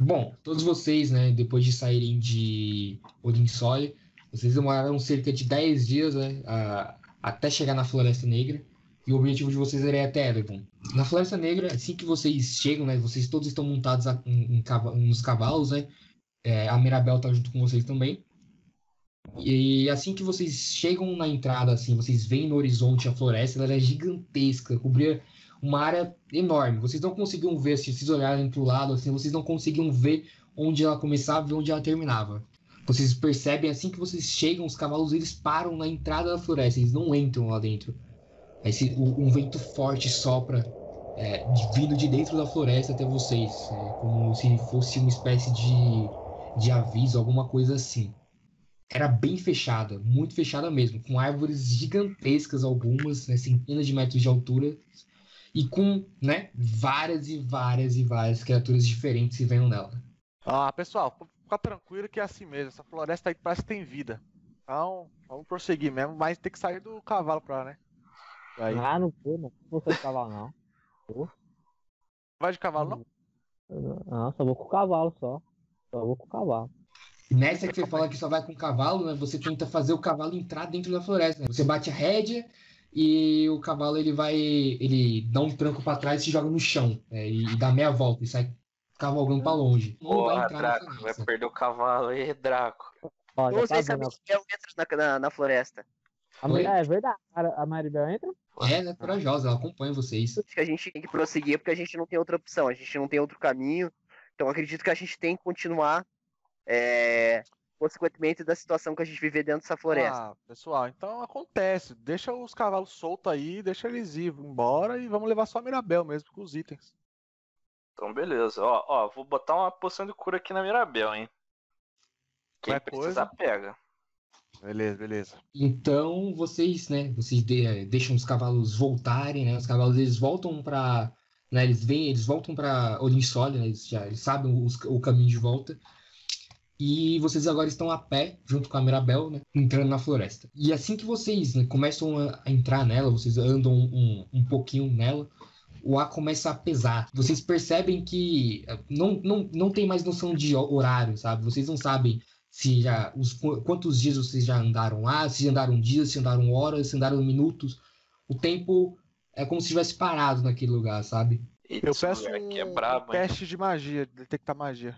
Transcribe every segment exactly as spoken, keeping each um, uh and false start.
Bom, todos vocês, né, depois de saírem de Odinsole, vocês demoraram cerca de dez dias, né, a- até chegar na Floresta Negra. E o objetivo de vocês era ir até Erebon. Na Floresta Negra, assim que vocês chegam, né, vocês todos estão montados a- em, em cava- nos cavalos, né? É, a Mirabel tá junto com vocês também. E assim que vocês chegam na entrada, assim, vocês veem no horizonte a floresta, ela era gigantesca, cobria uma área enorme. Vocês não conseguiam ver, se vocês olharem para o lado, assim, vocês não conseguiam ver onde ela começava e onde ela terminava. Vocês percebem, assim que vocês chegam, os cavalos eles param na entrada da floresta, eles não entram lá dentro. Aí se, o- um vento forte sopra, é, de- vindo de dentro da floresta até vocês, é, como se fosse uma espécie de, de aviso, alguma coisa assim. Era bem fechada, muito fechada mesmo, com árvores gigantescas, algumas, né, centenas de metros de altura, e com, né, várias e várias e várias criaturas diferentes que venham nela. Ah, pessoal, fica tranquilo que é assim mesmo. Essa floresta aí parece que tem vida. Então, vamos prosseguir mesmo, mas tem que sair do cavalo pra, né? Aí. Ah, não vou, não. Não vou de cavalo, não. Vou. Vai de cavalo, não? Não, só vou com o cavalo, só. Só vou com o cavalo. E nessa que você fala que só vai com o cavalo, né, você tenta fazer o cavalo entrar dentro da floresta. Né? Você bate a rédea e o cavalo ele vai, ele dá um tranco para trás e se joga no chão, né, e, e dá meia volta e sai cavalgando para longe. Não vai Porra, entrar na Draco, vai floresta. perder o cavalo aí, Draco. Ó, Vamos já ver se tá a vendo. Miguel entra na, na, na floresta. A Mar- É verdade. A a Maribel entra? É, ela é corajosa, ela acompanha vocês. Acho que a gente tem que prosseguir porque a gente não tem outra opção, a gente não tem outro caminho. Então acredito que a gente tem que continuar, é, consequentemente da situação que a gente vive dentro dessa floresta. Ah, pessoal, então acontece. Deixa os cavalos soltos aí, deixa eles ir embora e vamos levar só a Mirabel mesmo com os itens. Então, beleza. Ó, ó, vou botar uma poção de cura aqui na Mirabel, hein? Quem Qualquer precisar, coisa. pega. Beleza, beleza. Então vocês, né, vocês de- deixam os cavalos voltarem, né? Os cavalos eles voltam para, né, eles vêm, eles voltam para Odinsole, né? Eles já eles sabem os- o caminho de volta. E vocês agora estão a pé, junto com a Mirabel, né, entrando na floresta. E assim que vocês, né, começam a a entrar nela, vocês andam um, um pouquinho nela, o ar começa a pesar. Vocês percebem que eh, não, não, não tem mais noção de ho- horário, sabe? Vocês não sabem se já os, qu- quantos dias vocês já andaram lá, se andaram dias, se andaram horas, se andaram minutos. O tempo é como se estivesse parado naquele lugar, sabe? Eita, Eu esse peço lugar aqui é um brabo, hein? teste de magia, detectar magia.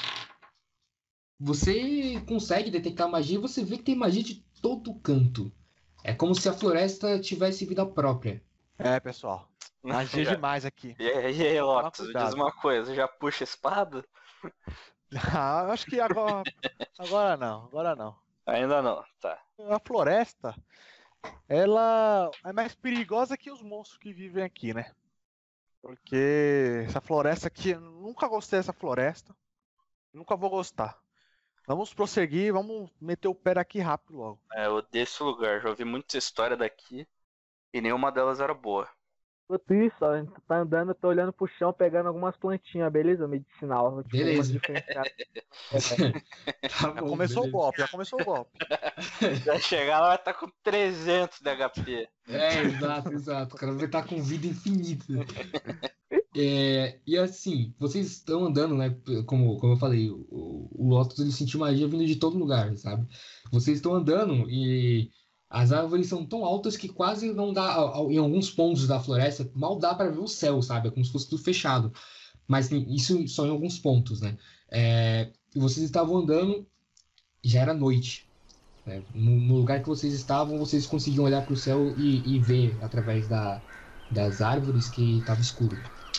Você consegue detectar magia e você vê que tem magia de todo canto. É como se a floresta tivesse vida própria. É, pessoal. Magia Já- demais aqui. E aí, e aí, Toma Lotus, cuidado. diz uma coisa, já puxa a espada? Ah, eu acho que agora. Agora não, agora não. Ainda não, tá. A floresta, ela é mais perigosa que os monstros que vivem aqui, né? Porque essa floresta aqui, eu nunca gostei dessa floresta. Nunca vou gostar. Vamos prosseguir, vamos meter o pé aqui rápido logo. É, eu odeio esse lugar, já ouvi muita história daqui e nenhuma delas era boa. Enquanto isso, ó, a gente tá andando, eu tô olhando pro chão, pegando algumas plantinhas, beleza? Medicinal. Tipo, Beleza. umas diferenciadas. Tá Já bom, começou o beleza. golpe, já começou o golpe. Vai chegar lá, vai estar com trezentos de H P. É, exato, exato. O cara vai estar com vida infinita. É, e assim, vocês estão andando, né? Como, como eu falei, o, o Lotus ele sentiu magia vindo de todo lugar, sabe? Vocês estão andando e as árvores são tão altas que quase não dá, em alguns pontos da floresta, mal dá para ver o céu, sabe? É como se fosse tudo fechado. Mas isso só em alguns pontos, né? É, e vocês estavam andando, já era noite. Né? No, no lugar que vocês estavam, vocês conseguiam olhar para o céu e, e ver através da, das árvores que estava escuro.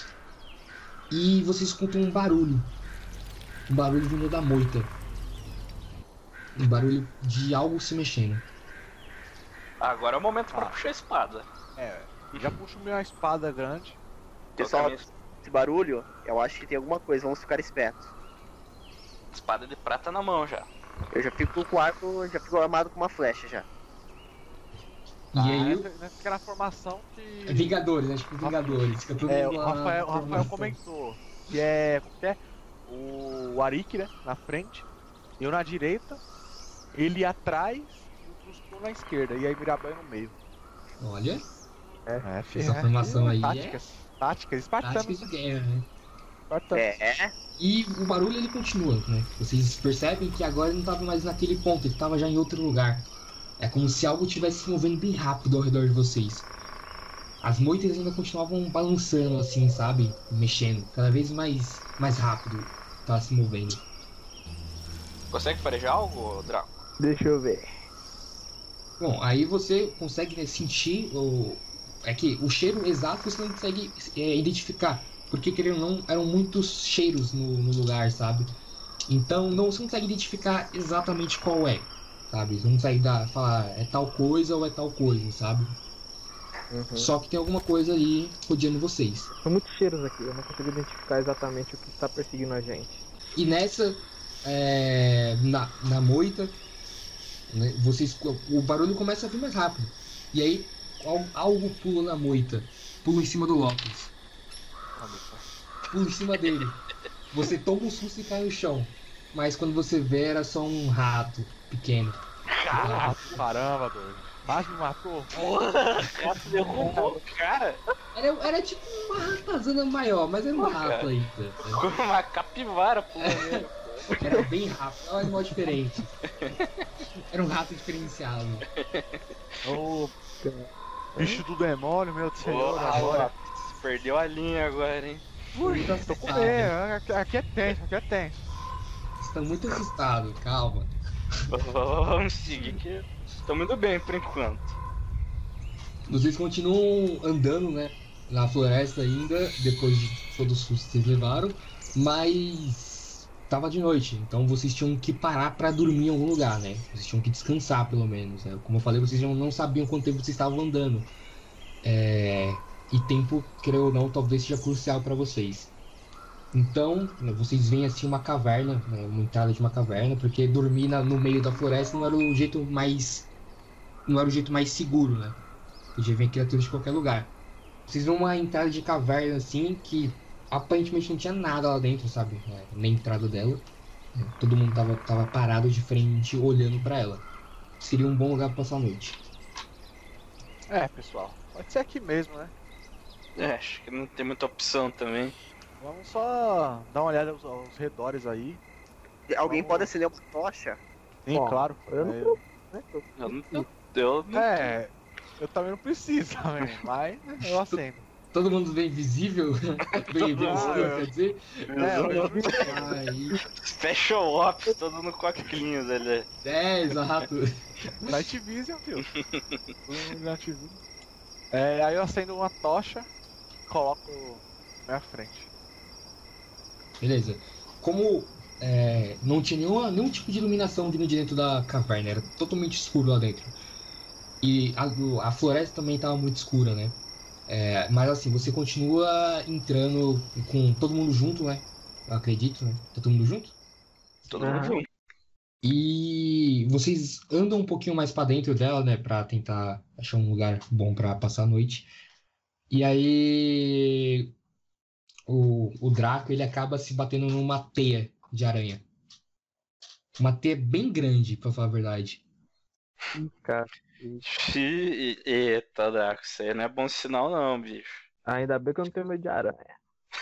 E vocês escutam um barulho. Um barulho vindo da moita. Um barulho de algo se mexendo. Agora é o momento pra Ah. puxar a espada. É, já puxo minha espada grande. Pessoal, Colocar esse barulho, eu acho que tem alguma coisa, vamos ficar espertos. minha espada de prata na mão já. Eu já fico com o arco, já fico armado com uma flecha já. E Ah, aí, nessa- Naquela formação que. é Vingadores, né? Tipo Vingadores. Fica todo É, mundo o lá na Rafael, o Rafael formação. comentou que é, como que é o Arik, né, na frente, eu na direita, ele atrás e o Truscon na esquerda, e aí Mirabel no meio. Olha, É, filho, essa é, formação aí é táticas, táticas, espartanas. táticas de guerra, né? Corta. É. E o barulho ele continua, né? Vocês percebem que agora ele não tava mais naquele ponto, ele tava já em outro lugar. É como se algo estivesse se movendo bem rápido ao redor de vocês. As moitas ainda continuavam balançando assim, sabe? Mexendo. Cada vez mais, mais rápido tava se movendo. Consegue farejar algo, Draco? Deixa eu ver. Bom, aí você consegue, né, sentir o... É que o cheiro exato você não consegue é, identificar. Porque, querendo ou não, eram muitos cheiros no, no lugar, sabe? Então, não, você não consegue identificar exatamente qual é, sabe? Você não consegue dar, falar é tal coisa ou é tal coisa, sabe? Uhum. Só que tem alguma coisa ali rodeando vocês. São muitos cheiros aqui, eu não consigo identificar exatamente o que está perseguindo a gente. E nessa, é, na, na moita, né, vocês, o barulho começa a vir mais rápido. E aí, al- algo pula na moita, pula em cima do Lopes. Pula em cima dele. Você toma um susto e cai no chão. Mas quando você vê, era só um rato pequeno. Ah, caramba, doido. Quase me matou. Porra, o gato derrubou o cara. Era, era tipo uma ratazana maior, mas era um Pô, rato cara. ainda. Ficou uma capivara pulando. Era bem rápido, era um animal diferente. Era um rato diferenciado. Ô, bicho do demônio, meu senhor, Porra, agora. perdeu a linha agora, hein? Ui, tô com medo. Aqui- Aqui é tenso, aqui é tenso. Estão muito assustados, calma. Vamos seguir que estamos indo bem por enquanto. Vocês continuam andando, né? Na floresta ainda, depois de todo o susto que vocês levaram. Mas tava de noite, então vocês tinham que parar pra dormir em algum lugar, né? Vocês tinham que descansar, pelo menos, né? Como eu falei, vocês não não sabiam quanto tempo vocês estavam andando. É... E tempo, creio ou não, talvez seja crucial pra vocês. Então, né, vocês veem assim uma caverna, né, uma entrada de uma caverna, porque dormir na- no meio da floresta não era o jeito mais... Não era o jeito mais seguro, né? Podia vir criaturas de qualquer lugar. Vocês veem uma entrada de caverna assim, que aparentemente não tinha nada lá dentro, sabe? É, na entrada dela. É, todo mundo tava, tava parado de frente, olhando pra ela. Seria um bom lugar pra passar a noite. É, pessoal. Pode ser aqui mesmo, né? É, acho que não tem muita opção também. Vamos só dar uma olhada aos, aos redores aí. Alguém Vamos. pode acender uma tocha? Sim, Ó, claro. eu não É, tô, né? Tô- Eu não, eu, eu não É, eu também não preciso também, mas eu acendo. Todo mundo vem visível? Bem, bem Ah, escuro, eu- quer dizer? É, eu, eu, Aí... Special Ops, todo no coquelinhos ali. É, exato. Night Vision, filho. Todo mundo Night Vision. É, aí eu acendo uma tocha e coloco na minha frente. Beleza. Como é, não tinha nenhuma, nenhum tipo de iluminação vindo de dentro da caverna, era totalmente escuro lá dentro. E a, o- a floresta também estava muito escura, né? É, mas assim, você continua entrando com todo mundo junto, né? Eu acredito, né? Tá todo mundo junto? Todo Aham. mundo junto. E vocês andam um pouquinho mais pra dentro dela, né? Pra tentar achar um lugar bom pra passar a noite. E aí o, o Draco ele acaba se batendo numa teia de aranha. Uma teia bem grande, pra falar a verdade. Ih, cara. Ih, Eita, Draco, isso aí não é bom sinal não, bicho. Ainda bem que eu não tenho medo de aranha.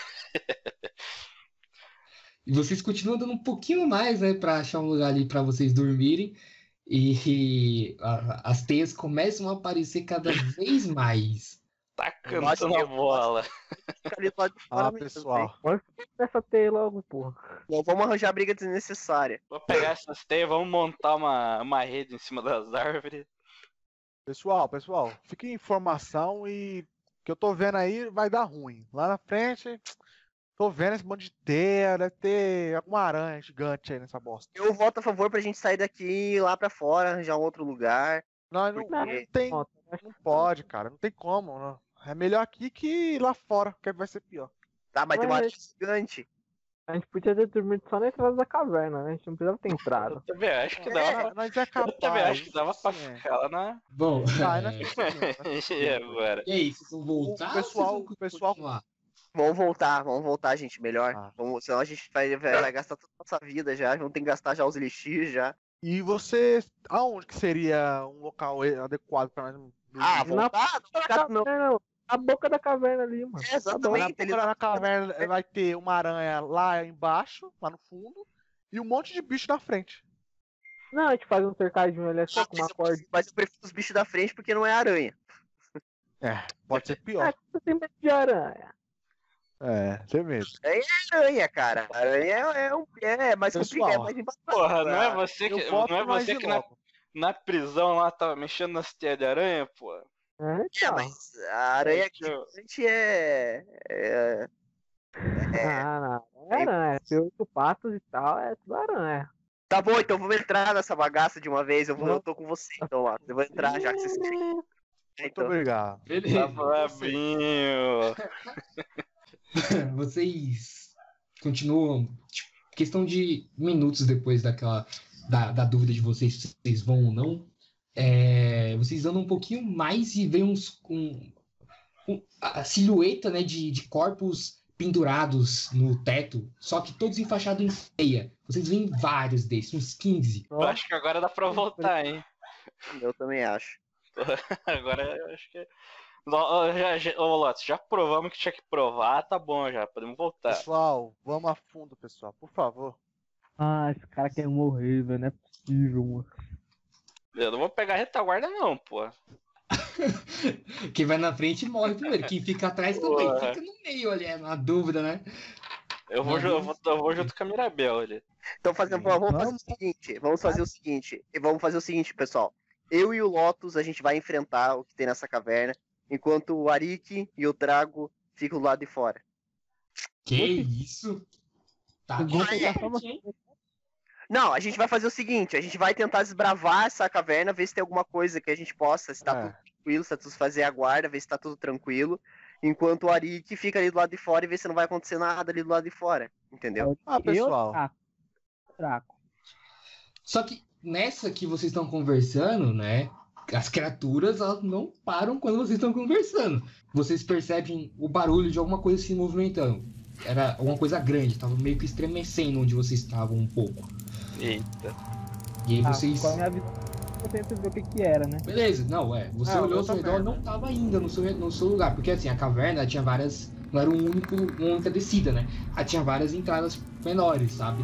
E vocês continuam andando um pouquinho mais, né? Pra achar um lugar ali pra vocês dormirem. E a- as teias começam a aparecer cada vez mais. Tá Eu acho cantando que a eu- bola. Fica ali do lado de fora Ah, mesmo, pessoal. Vamos nessa teia logo, porra. Não vamos arranjar briga desnecessária. Vou pegar essas teias, vamos montar uma, uma rede em cima das árvores. Pessoal, pessoal, fique em informação e o que eu tô vendo aí vai dar ruim. Lá na frente, tô vendo esse monte de teia, deve ter alguma aranha gigante aí nessa bosta. Eu voto a favor pra gente sair daqui e ir lá pra fora, arranjar um outro lugar. Não, não, Não, não tem, Ó, não pode, cara, não tem como, não. É melhor aqui que lá fora, que vai ser pior. Tá, mas tem uma Mas- área gigante. A gente podia ter dormido só na entrada da caverna, né? A gente não precisava ter Eu entrado. também acho que É, dava pra... Nós é Eu capaz. também acho que dava pra sim, é. ficar lá na... Bom, Vai, nós é, conseguimos, E agora? e aí, vocês vão voltar? O pessoal- ou vocês vão o pessoal- continuar? Vamos voltar, vamos voltar, gente, melhor. Ah. Vamos, senão a gente vai, vai, vai gastar toda a nossa vida já. Vamos ter que gastar já os elixir já. E você, aonde que seria um local adequado pra nós dormir? Ah, Na- voltar? Não, ficar- não, Não, a boca da caverna ali, mano. É, exatamente. Na, Ele na caverna vai ter uma aranha lá embaixo, lá no fundo, e um monte de bicho na frente. Não, a gente faz um cercadinho ali só com uma corda. Mas eu prefiro os bichos da frente porque não é aranha. É, pode ser Ah, pior. você tem medo de aranha. É, tem medo. É aranha, cara. Aranha é, é, um, é mais Pessoal, complicado, é mais embaçado. Porra, não é você Eu que, voto não é no você que na, Argilogo. na prisão lá tava mexendo nas teias de aranha, pô. É, É, então. mas a aranha Deixa eu- gigante é. é... Ah, não. É aranha. Tem oito patos e tal, é tudo aranha. Tá bom, então vamos entrar nessa bagaça de uma vez. Eu, vou, eu tô com você, então, lá. Eu vou entrar já que vocês querem. Muito Então, obrigado. Tá Beleza. brabinho. Vocês continuam, tipo, questão de minutos depois daquela da, da dúvida de vocês se vocês vão ou não, é, vocês andam um pouquinho mais e veem uns um, um- a silhueta, né, de, de corpos pendurados no teto, só que todos enfaixados em teia. Vocês veem vários desses, uns quinze. Eu acho que agora dá pra voltar, hein? eu também acho. Agora eu acho que. Ó, já, já, ô, Lotus, já provamos que tinha que provar, tá bom já, podemos voltar. Pessoal, vamos a fundo, pessoal, por favor. Ah, esse cara quer morrer, velho. Não é possível, mano. Eu não vou pegar a retaguarda, não, pô. Quem vai na frente morre primeiro, quem fica atrás também. Porra. Fica no meio ali, é uma dúvida, né? Eu vou, Não, ju- eu vou, eu vou junto com a Mirabel ali. Então fazendo, vamos fazer o seguinte, vamos fazer o seguinte, vamos fazer o seguinte, pessoal. Eu e o Lotus, a gente vai enfrentar o que tem nessa caverna, enquanto o Arik e o Drago ficam do lado de fora. Que isso? Tá, Vou tá pegar só forte, você. hein? Não, a gente vai fazer o seguinte, a gente vai tentar desbravar essa caverna, ver se tem alguma coisa que a gente possa, se tá É. tudo tranquilo, se tá tudo fazer a guarda, ver se tá tudo tranquilo, enquanto o Arik fica ali do lado de fora e ver se não vai acontecer nada ali do lado de fora, entendeu? Ah, pessoal. Eu, Draco. Só que nessa que vocês estão conversando, né? As criaturas, elas não param quando vocês estão conversando. Vocês percebem o barulho de alguma coisa se movimentando. Era alguma coisa grande, tava meio que estremecendo onde vocês estavam um pouco. Eita. E aí Ah, vocês. com a minha visão, eu tento ver o que que era, né? Beleza, não, é. Você É, olhou eu ao seu também, redor, né? não tava ainda no seu, no seu lugar. Porque assim, a caverna tinha várias. Não era um único, uma única descida, né? Ela tinha várias entradas menores, sabe?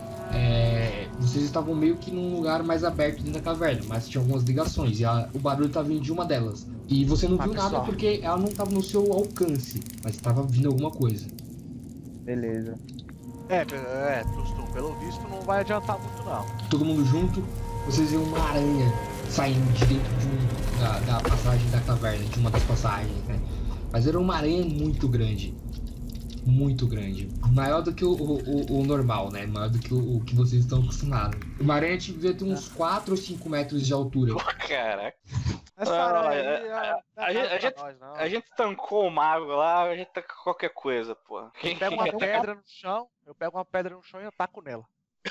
É, vocês estavam meio que num lugar mais aberto dentro da caverna, mas tinha algumas ligações. E a- o barulho tava vindo de uma delas. E você não Ah, viu nada pessoal. porque ela não tava no seu alcance, mas tava vindo alguma coisa. Beleza. É, pe- é, Tustum, pelo visto não vai adiantar muito não. Todo mundo junto, vocês veem uma aranha saindo de dentro de um, da, da passagem da caverna, de uma das passagens, né? Mas era uma aranha muito grande. Muito grande. Maior do que o, o, o- o normal, né? Maior do que o, o que vocês estão acostumados. Uma aranha devia ter uns quatro ou cinco metros de altura. Pô, caraca. Essa Ah, aranha é, aí, é, é- a gente- a não é gente- pra nós, não. A gente tancou o mago lá, a gente taca qualquer coisa, pô. Quem Eu pego quem uma quer pedra no chão, eu pego uma pedra no chão e ataco nela.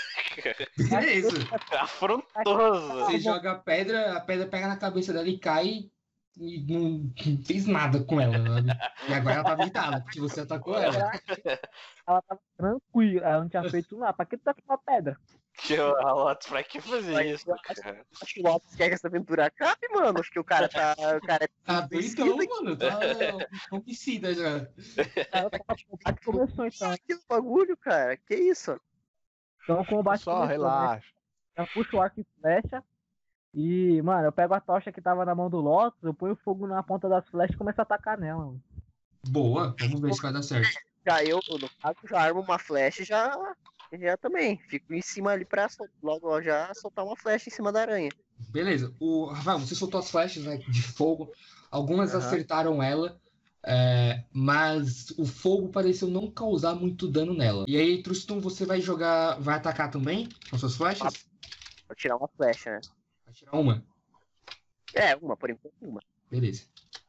É isso. tacar? Afrontoso. Você joga a pedra, a pedra pega na cabeça dela e cai e não fez nada com ela, sabe? E agora ela tá virada, porque você atacou ela. Ela tava tranquila, ela não tinha feito nada. Pra que tu tá com uma pedra? Que o Lotus, pra que fazer isso, cara? Acho que o Lotus quer que essa aventura acabe, mano. Acho que o cara tá. O cara é Tá bem então, mano. Tá homicida já. Ela tava com o combate começou então. que bagulho, cara. Que isso? Então o combate Só começou, né? relaxa. Eu puxo o arco e flecha. E, mano, eu pego a tocha que tava na mão do Lotus, eu ponho fogo na ponta das flechas e começo a atacar nela, mano. Boa, vamos ver se vai dar certo. Já eu, no caso, já armo uma flecha e já. Já também. Fico em cima ali pra sol- logo já soltar uma flecha em cima da aranha. Beleza. O Rafael, você soltou as flechas, né, de fogo. Algumas Aham. acertaram ela, é, mas o fogo pareceu não causar muito dano nela. E aí, Trustum, você vai jogar, vai atacar também com suas flechas? Vou tirar uma flecha, né? Vai tirar uma. É, uma, por enquanto, uma. Beleza.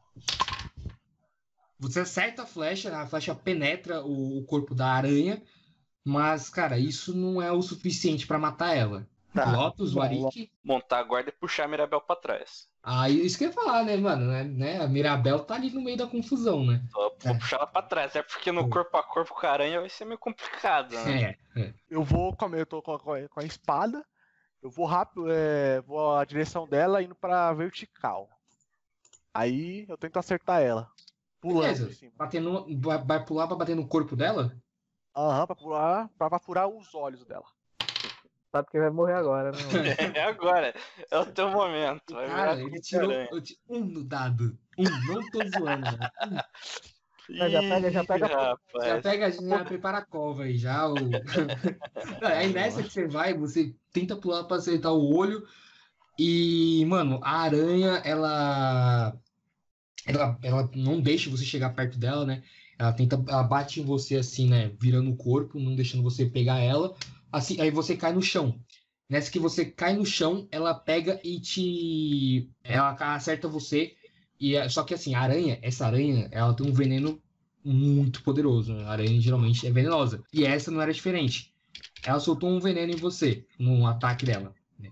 Você acerta a flecha, a flecha penetra o, o corpo da aranha, mas, cara, isso não é o suficiente pra matar ela. Tá. Lotus, o Arik. Montar a guarda e puxar a Mirabel pra trás. Ah, isso que eu ia falar, né, mano? Né, né? A Mirabel tá ali no meio da confusão, né? Vou vou É. puxar ela pra trás, é porque no Hum. corpo a corpo com a aranha vai ser meio complicado, né? É, é. Eu vou, como eu tô com a, com a espada, eu vou rápido, é, vou a direção dela indo pra vertical. Aí eu tento acertar ela. pulando Beleza. em cima. Batendo, vai, vai pular pra bater no corpo dela? Aham, pra pular, pra, pra furar os olhos dela. Sabe que vai morrer agora, né, mano? É agora. É o teu momento. Vai Cara, virar ele tirou aranha. eu ti- um no dado. Um, não tô zoando, né? Um. Já pega, já pega- Ih, Já rapaz. pega, já prepara a cova aí, já. O... Não, aí nessa que você vai, você tenta pular pra acertar o olho. E, mano, a aranha, ela... ela. Ela não deixa você chegar perto dela, né? Ela tenta. Ela bate em você assim, né? Virando o corpo, não deixando você pegar ela. Assim, aí você cai no chão. Nessa que você cai no chão, ela pega e te. Ela acerta você. E, é- só que assim, a aranha, essa aranha, ela tem um veneno muito poderoso, né? A aranha geralmente é venenosa. E essa não era diferente. Ela soltou um veneno em você, no ataque dela, né?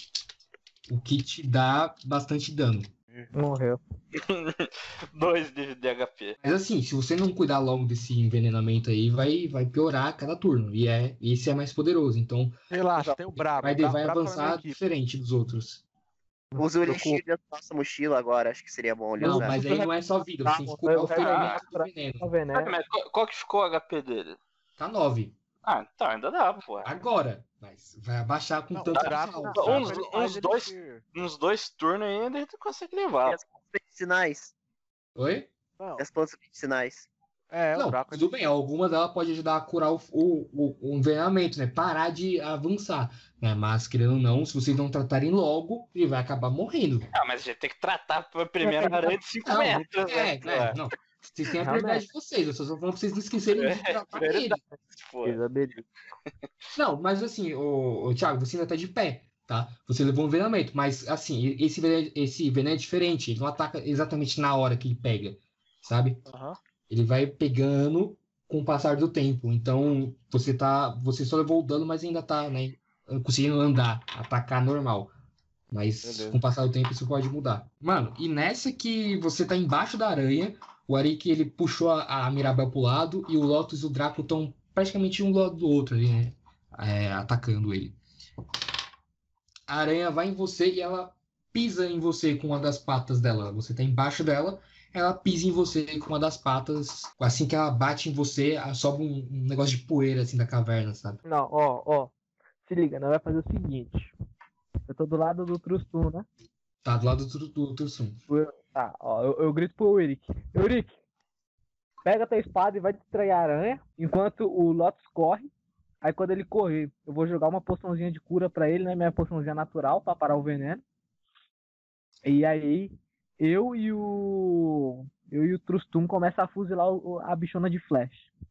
O que te dá bastante dano. Morreu. Dois de, de H P. Mas assim, se você não cuidar logo desse envenenamento aí, vai, vai piorar a cada turno. E é, esse é mais poderoso. Então, Relaxa, tem o Brabo. vai, o Bra- vai Brabo tá na minha avançar equipe. diferente dos outros. Usa o elixir dentro da nossa mochila agora, acho que seria bom ele Não, usar. mas aí não é só vida, você tem que curar o ferimento do veneno. O veneno. Sabe, mas qual, qual que ficou o H P dele? Tá nove. Ah, então ainda dá, pô. Agora. Mas vai abaixar com Não, tanto o Draco- sal. o Uns- Draco, ele faz uns dois- elixir. Uns dois turnos ainda a gente consegue E levar. as plantas medicinais. Oi? Não, E as plantas medicinais. é, o Não, Draco. tudo bem. Algumas delas podem ajudar a curar o, o, o, o envenenamento, né? Parar de avançar. Né? Mas, querendo ou não, se vocês não tratarem logo, ele vai acabar morrendo. Ah, mas a gente tem que tratar a primeira aranha de cinco Não, metros, é, né? é, não. Vocês têm a prioridade de vocês. Eu só tô falando pra vocês não esquecerem de tratar ele. prioridade. Pô. Beleza, beleza. Não, mas assim, o, Thiago, você ainda tá de pé, tá? Você levou um envenenamento, mas assim, esse veneno, esse veneno é diferente. Ele não ataca exatamente na hora que ele pega, sabe? Aham. Ele vai pegando com o passar do tempo. Então, você tá. Você só levou o dano, mas ainda tá, né? Conseguindo andar, atacar normal. Mas Beleza. com o passar do tempo isso pode mudar. Mano, e nessa que você tá embaixo da aranha, o Arik ele puxou a, a Mirabel pro lado e o Lotus e o Draco estão praticamente um do lado do outro ali, né? É, atacando ele. A aranha vai em você e ela pisa em você com uma das patas dela. Você tá embaixo dela, ela pisa em você com uma das patas. Assim que ela bate em você, sobe um, um negócio de poeira assim da caverna, sabe? Não, ó, ó. Se liga, nós vai fazer o seguinte. Eu tô do lado do Trustum, né? Tá do lado do, do, do Tursum. Tá, ó, eu, eu grito pro Euric. Euric, pega tua espada e vai distrair a aranha, enquanto o Lotus corre. Aí quando ele correr, eu vou jogar uma poçãozinha de cura pra ele, né? Minha poçãozinha natural, pra parar o veneno. E aí, eu e o... Eu e o Trustum começa a fuzilar o- a bichona de flash.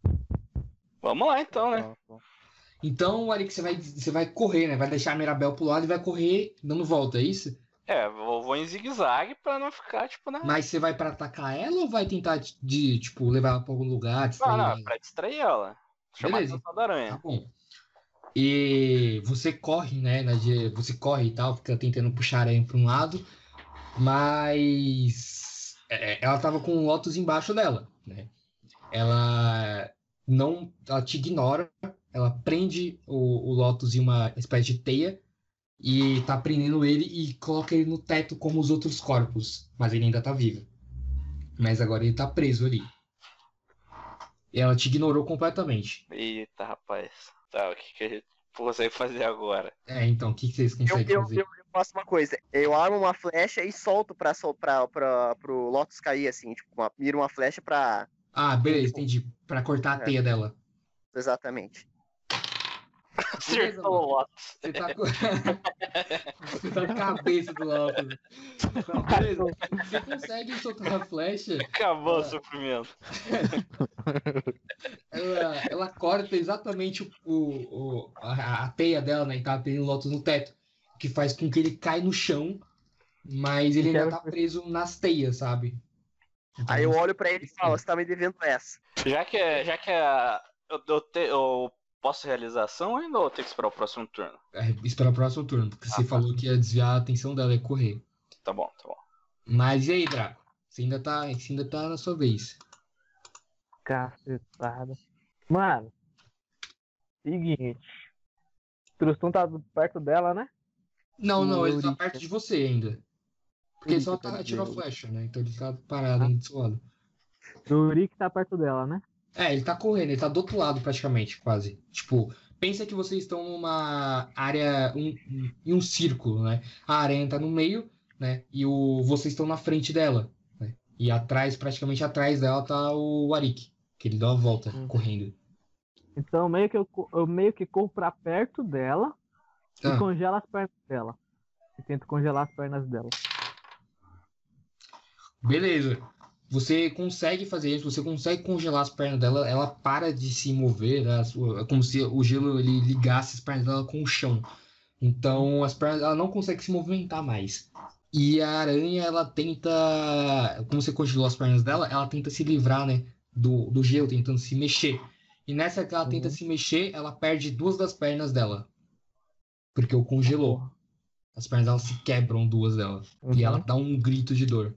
Vamos lá então, né? Tá, tá. Então, Arik, você vai, você vai correr, né? Vai deixar a Mirabel pro lado e vai correr dando volta, é isso? É, vou, vou em zigue-zague pra não ficar, tipo, na. Mas você vai pra atacar ela ou vai tentar, de, tipo, levar ela pra algum lugar? Não, distrair não, ela? pra distrair ela. Chamar a Beleza. atenção da Tá aranha. bom. E você corre, né? na de- Você corre e tal, fica tentando puxar a aranha pra um lado, mas é, ela tava com o Lotus embaixo dela, né? Ela não, ela te ignora, ela prende o, o Lotus em uma espécie de teia e tá prendendo ele e coloca ele no teto como os outros corpos, mas ele ainda tá vivo. Mas agora ele tá preso ali. E ela te ignorou completamente. Eita, rapaz. Tá, o que, que a gente consegue fazer agora? É, então, o que, que vocês Eu, conseguem eu, fazer? eu, eu faço uma coisa. Eu armo uma flecha e solto pra, sol- pra, pra, pro Lotus cair, assim. Tipo, uma, miro uma flecha pra... Ah, beleza, entendi. Pra cortar a É. teia dela. Exatamente. Acertou o Lotus. Você tá com... Você tá com a cabeça do Lotus. Não, beleza. Você consegue soltar a flecha, Acabou o Ah. sofrimento. ela, ela corta exatamente o, o, o- a, a teia dela, né? E tá tendo o Lotus no teto. O que faz com que ele caia no chão, mas ele ainda tá preso nas teias, sabe? Então, Aí eu olho pra ele e falo, você tá me devendo essa. Já que é. Já que é. Eu, eu, te- eu posso realização ou ainda eu tenho que esperar o próximo turno? É, espera o próximo turno, porque você Ah, tá. falou que ia desviar a atenção dela e correr. Tá bom, tá bom. Mas e aí, Draco? Você ainda tá, você ainda tá na sua vez. Cacetada. Mano, seguinte. Trustum tá perto dela, né? Não, não, ele tá Eurica. perto de você ainda. Porque ele só Eurica, tá, quer atirou a dizer. flecha, né? Então ele tá parado ainda do seu lado. O Uric tá perto dela, né? É, ele tá correndo, ele tá do outro lado praticamente, quase. Tipo, pensa que vocês estão numa área, um, um- em um círculo, né? A aranha tá no meio, né? E o, vocês estão na frente dela, né? E atrás, praticamente atrás dela, tá o Arik, que ele dá uma volta, Hum. correndo. Então meio que eu, co- eu meio que corro pra perto dela e Ah. congelo as pernas dela. E tento congelar as pernas dela. Beleza. Você consegue fazer isso, você consegue congelar as pernas dela, ela para de se mover, né? É como se o gelo ele ligasse as pernas dela com o chão. Então as pernas ela não consegue se movimentar mais. E a aranha ela tenta, como você congelou as pernas dela, ela tenta se livrar, né, do, do gelo, tentando se mexer. E nessa que ela tenta Uhum. se mexer, ela perde duas das pernas dela. Porque o congelou. Porra. As pernas dela se quebram, duas dela. Uhum. E ela dá um grito de dor.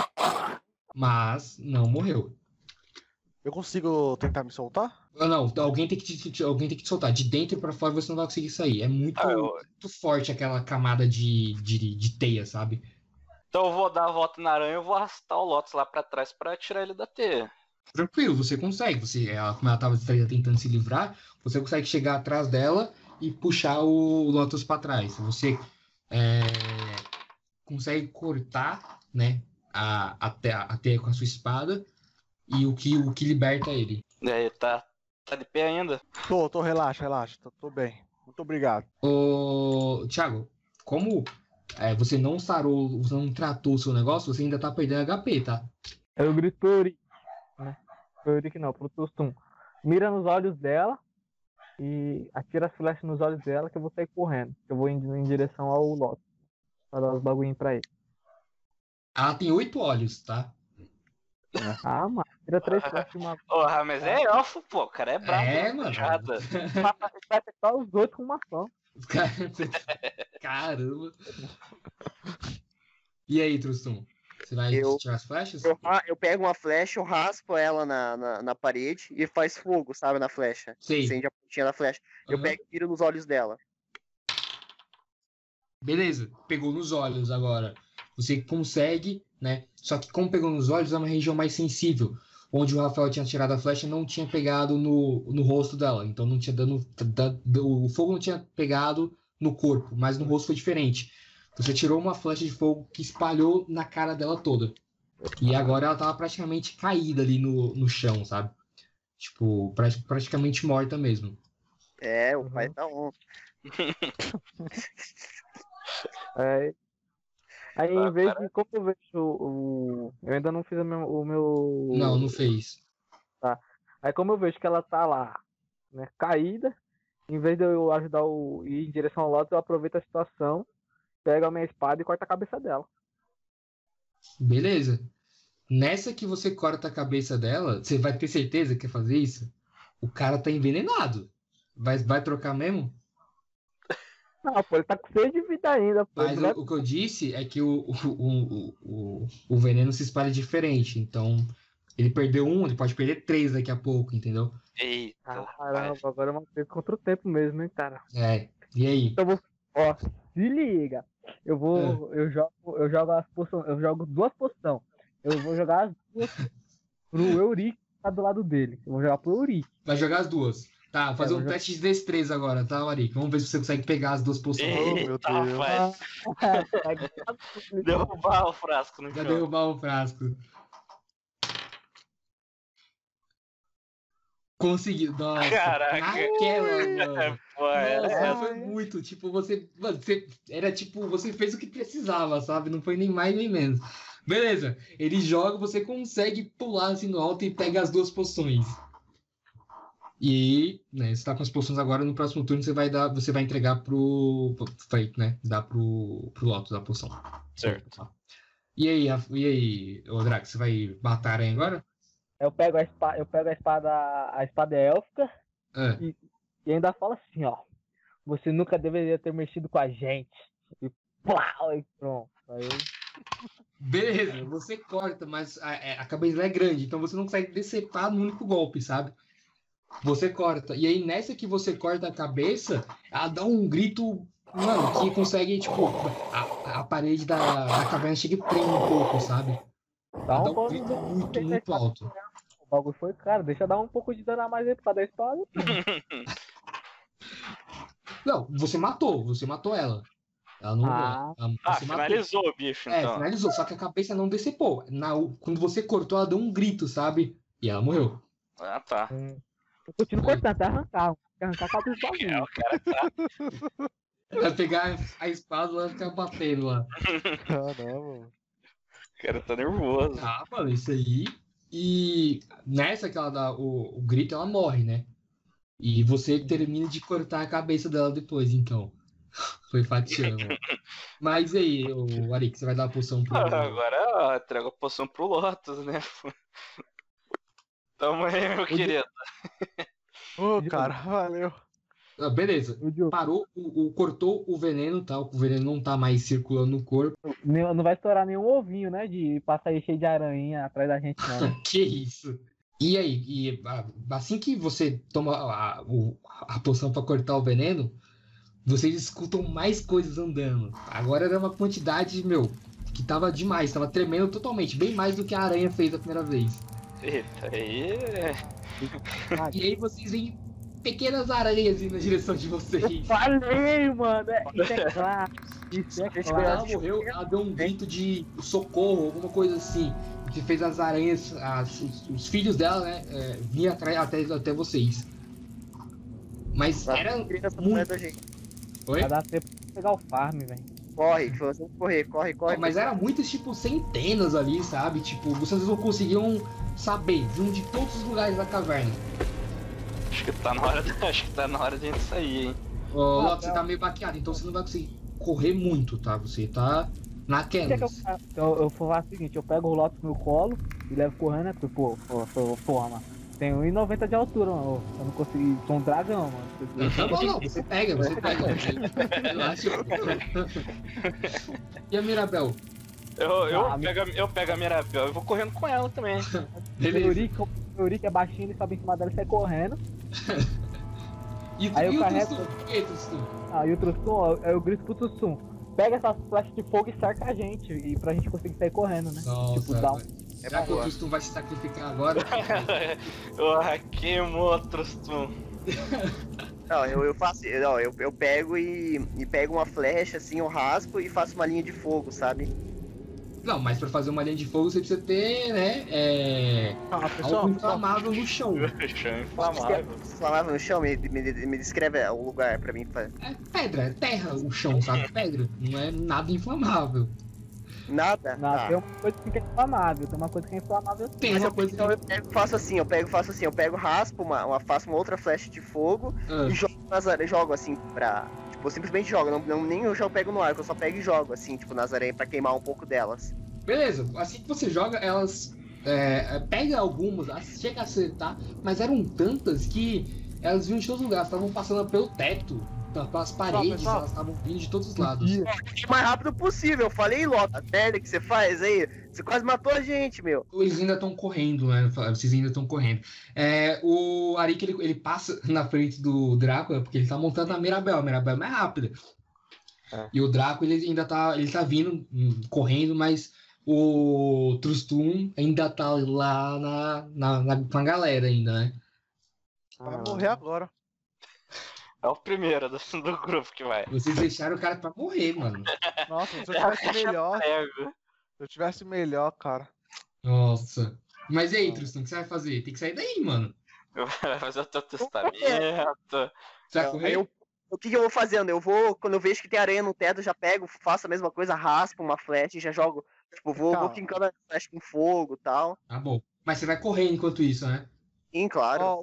Mas não morreu. Eu consigo tentar me soltar? Ah, não, alguém tem que te, te- alguém tem que te soltar. De dentro pra fora você não vai conseguir sair. É muito, Ah, eu- muito forte aquela camada de, de, de teia, sabe? Então eu vou dar a volta na aranha e eu vou arrastar o Lotus lá pra trás pra tirar ele da teia. Tranquilo, você consegue. Você, ela, como ela tava tentando se livrar, você consegue chegar atrás dela e puxar o Lotus pra trás. Você é, consegue cortar, né, a, a, te- a teia com a sua espada e o que, o que liberta ele. E aí, tá, tá de pé ainda? Tô, tô, relaxa, relaxa. Tô, tô bem. Muito obrigado. Ô, Thiago, como é, você não sarou, você não tratou o seu negócio, você ainda tá perdendo H P, tá? Eu grito pro Uric, né? Pro Uric não, pro Tustum. Mira nos olhos dela e atira as flechas nos olhos dela que eu vou sair correndo. Eu vou indo em direção ao Lotus. Pra dar os bagulhinhos pra ele. Ela tem oito olhos, tá? Ah, mano, tira três flechas de uma. Porra, mas é elfo, pô, o cara é brabo. É, né, mano. flechada. Vai acertar os dois com uma só. Os caras- Caramba. E aí, Trustum? Você vai Eu- tirar as flechas? Eu, ra- eu pego uma flecha, eu raspo ela na, na, na parede e faz fogo, sabe, na flecha. Sei. Acende a pontinha da flecha. Eu Aham. pego e tiro nos olhos dela. Beleza, pegou nos olhos agora. Você consegue, né? Só que como pegou nos olhos, é uma região mais sensível. Onde o Rafael tinha tirado a flecha, não tinha pegado no, no rosto dela. Então não tinha dano. Da, o fogo não tinha pegado no corpo, mas no rosto foi diferente. Você tirou uma flecha de fogo que espalhou na cara dela toda. E agora ela tava praticamente caída ali no, no chão, sabe? Tipo, pra- praticamente morta mesmo. É, o Uhum. pai tá on. É. Aí Ah, em vez cara. de. Como eu vejo o. Eu ainda não fiz o meu. O meu... Não, não fez. Aí como eu vejo que ela tá lá, né, caída, em vez de eu ajudar o ir em direção ao Lotus, eu aproveito a situação, pego a minha espada e corto a cabeça dela. Beleza. Nessa que você corta a cabeça dela, você vai ter certeza que quer fazer isso? O cara tá envenenado. Vai, vai trocar mesmo? Não, pô, ele tá com seis de vida ainda, pô. Mas ele o, vai- o que eu disse é que o, o, o, o, o veneno se espalha diferente. Então, ele perdeu um, ele pode perder três daqui a pouco, entendeu? Eita, Ah, rapaz. caramba, agora é uma coisa contra o tempo mesmo, hein, cara. É. E aí? Então eu vou. Ó, se liga. Eu vou. Eu jogo. Eu jogo as poções. Eu jogo duas poções. Eu vou jogar as duas pro Euric que tá do lado dele. Eu vou jogar pro Euric. Vai jogar as duas. Tá, vou fazer É, um vou teste de destreza agora, tá, Marik? Vamos ver se você consegue pegar as duas poções. Oh, meu Eita, Deus. rapaz. Derrubar o frasco no Pra chão. derrubar o frasco. Conseguiu. Nossa. Caraca. Naquela, mano. Pô, é, Nossa, é, foi muito. Tipo, você, mano, você. Era tipo, você fez o que precisava, sabe? Não foi nem mais nem menos. Beleza. Ele joga, você consegue pular assim no alto e pega as duas poções. E, né, você tá com as poções agora, no próximo turno você vai dar. Você vai entregar pro. Vai, né? Dar pro, pro Lotus a poção. Certo. E aí, Raf- e aí, ô Drax, você vai matar a aranha agora? Eu pego a espada. Eu pego a espada. A espada élfica. Ah, E ainda fala assim, ó. Você nunca deveria ter mexido com a gente. E plau, e pronto. Aí eu... beleza, você corta, mas a, a- a cabeça dela é grande, então você não consegue decepar no único golpe, sabe? Você corta. E aí, nessa que você corta a cabeça, ela dá um grito, mano, que consegue, tipo, a, a parede da, da caverna chega e treme um pouco, sabe? Dá Dá um um pouco grito de muito, muito alto. O bagulho foi, cara, deixa eu dar um pouco de dano a mais aí por causa da espada. Não, você matou, você matou ela. Ela não. Ah. ela- Ah, você matou. finalizou o bicho, É, então. finalizou, só que a cabeça não decepou. Na, quando você cortou, ela deu um grito, sabe? E ela morreu. Ah, tá. Eu continuo cortando até arrancar. Até arrancar a cabeça do É, bagulho. o cara tá. Vai pegar a espada e vai ficar batendo lá. Caramba. O cara tá nervoso. Ah, mano, isso aí. E nessa que ela dá o, o grito, ela morre, né? E você termina de cortar a cabeça dela depois, então. Foi fatiando. Mas e aí, o Arik, você vai dar a poção pro. Ah, agora ó, trago a poção pro Lotus, né? Tamo aí, meu querido. Ô, cara, valeu. Ah, beleza. O Diogo, Parou, o, o- cortou o veneno, tá? O veneno não tá mais circulando no corpo. nem- não vai estourar nenhum ovinho, né? De passar aí cheio de aranha atrás da gente, não. Né? Que isso? E aí, e, ah, assim que você toma a, o- a poção pra cortar o veneno, vocês escutam mais coisas andando. Agora era uma quantidade, meu, que tava demais, tava tremendo totalmente, bem mais do que a aranha fez a primeira vez. Eita, aí. é- E aí vocês veem pequenas aranhas indo na direção de vocês. Falei, mano! É, isso é claro. Isso é Quando ela claro. morreu, ela deu um grito de socorro, alguma coisa assim. Que fez as aranhas, as- os, os filhos dela, né, é, vir atrás até, até vocês. Mas era Criança muito. atrás da gente. Oi? Vai dar tempo pra pegar o farm, velho. Corre, que você tem que correr, corre, corre. Não, mas era muitas, tipo, centenas ali, sabe? Tipo, vocês não conseguiam saber, vinham de todos os lugares da caverna. Acho que tá na hora, de- acho que tá na hora de a gente sair, hein? Ô, Ah, Loto, você não. tá meio baqueado, então você não vai conseguir correr muito, tá? Você tá O que é que eu naquelas. faço? Então eu vou fazer o seguinte, eu pego o Lotus no colo e levo correndo, né? Porque, pô, pô, pô, porra, mano. Tem um e noventa de altura, mano. Eu não consegui. Sou um dragão, mano. Não, tá bom, não, você pega, você pega. Relaxa. E a Mirabel? Eu, eu, Ah, pego, a- eu pego a Mirabel e vou correndo com ela também. O Beleza. Euric, o Euric é baixinho, ele sobe em cima dela e sai correndo. E, Aí eu e o carrego- Tustum? E o Tustum? Aí o Trustum, eu, eu grito pro Trustum. Pega essas flechas de fogo e cerca a gente. E pra gente conseguir sair correndo, né? Nossa, Tipo, dá um- É será que o boa. Tustum vai se sacrificar agora? Eu queimou outros tu. Não, eu, eu faço. Não, eu, eu pego e, e pego uma flecha, assim, eu raspo e faço uma linha de fogo, sabe? Não, mas pra fazer uma linha de fogo você precisa ter, né, é, Ah, algo pessoal, pessoal, inflamável no chão. Chão inflamável. Falava no chão, me, me, me descreve o lugar pra mim. fa- É pedra, é terra o chão, sabe? Pedra, não é nada inflamável. Nada? Não, Tá. tem uma coisa que é inflamável, tem uma coisa que é inflamável. Tem Mas uma eu, coisa então que... eu pego, faço assim, eu pego, faço assim, eu pego, raspo uma, uma faço uma outra flecha de fogo Ah, e jogo nas aranhas, jogo assim pra. Tipo, eu simplesmente jogo, não, não, nem eu já pego no arco, eu só pego e jogo assim, tipo, nas aranhas pra queimar um pouco delas. beleza, assim que você joga, elas é, é, pega algumas, elas chega a acertar, mas eram tantas que elas vinham de todos os lugares, estavam passando pelo teto, pelas paredes, pessoal. elas estavam vindo de todos os lados. O mais rápido possível, eu falei, Lota, a merda que você faz aí, você quase matou a gente, meu. Eles ainda estão correndo, né? Vocês ainda estão correndo. É, o Arik, ele, ele passa na frente do Drácula, porque ele tá montando a Mirabel. A Mirabel é mais rápida. É. E o Drácula, ele ainda tá, ele tá vindo, hum, correndo, mas o Trustum ainda tá lá na, na, na, com a galera ainda, né? vai morrer agora. É o primeiro do, do grupo que vai. Vocês deixaram o cara pra morrer, mano. Nossa, se eu tivesse melhor, Pego. se eu tivesse melhor, cara. Nossa. Mas e aí, Trustum, o que você vai fazer? Tem que sair daí, mano. Vai fazer o teu testamento. Você vai Aí correr? eu- o que, que eu vou fazendo? Eu vou, quando eu vejo que tem aranha no teto, eu já pego, faço a mesma coisa, raspo uma flecha e já jogo. Tipo, vou, vou Calma. quincando a flecha com fogo e tal. Tá bom. Mas você vai correr enquanto isso, né? Sim, claro. Ó,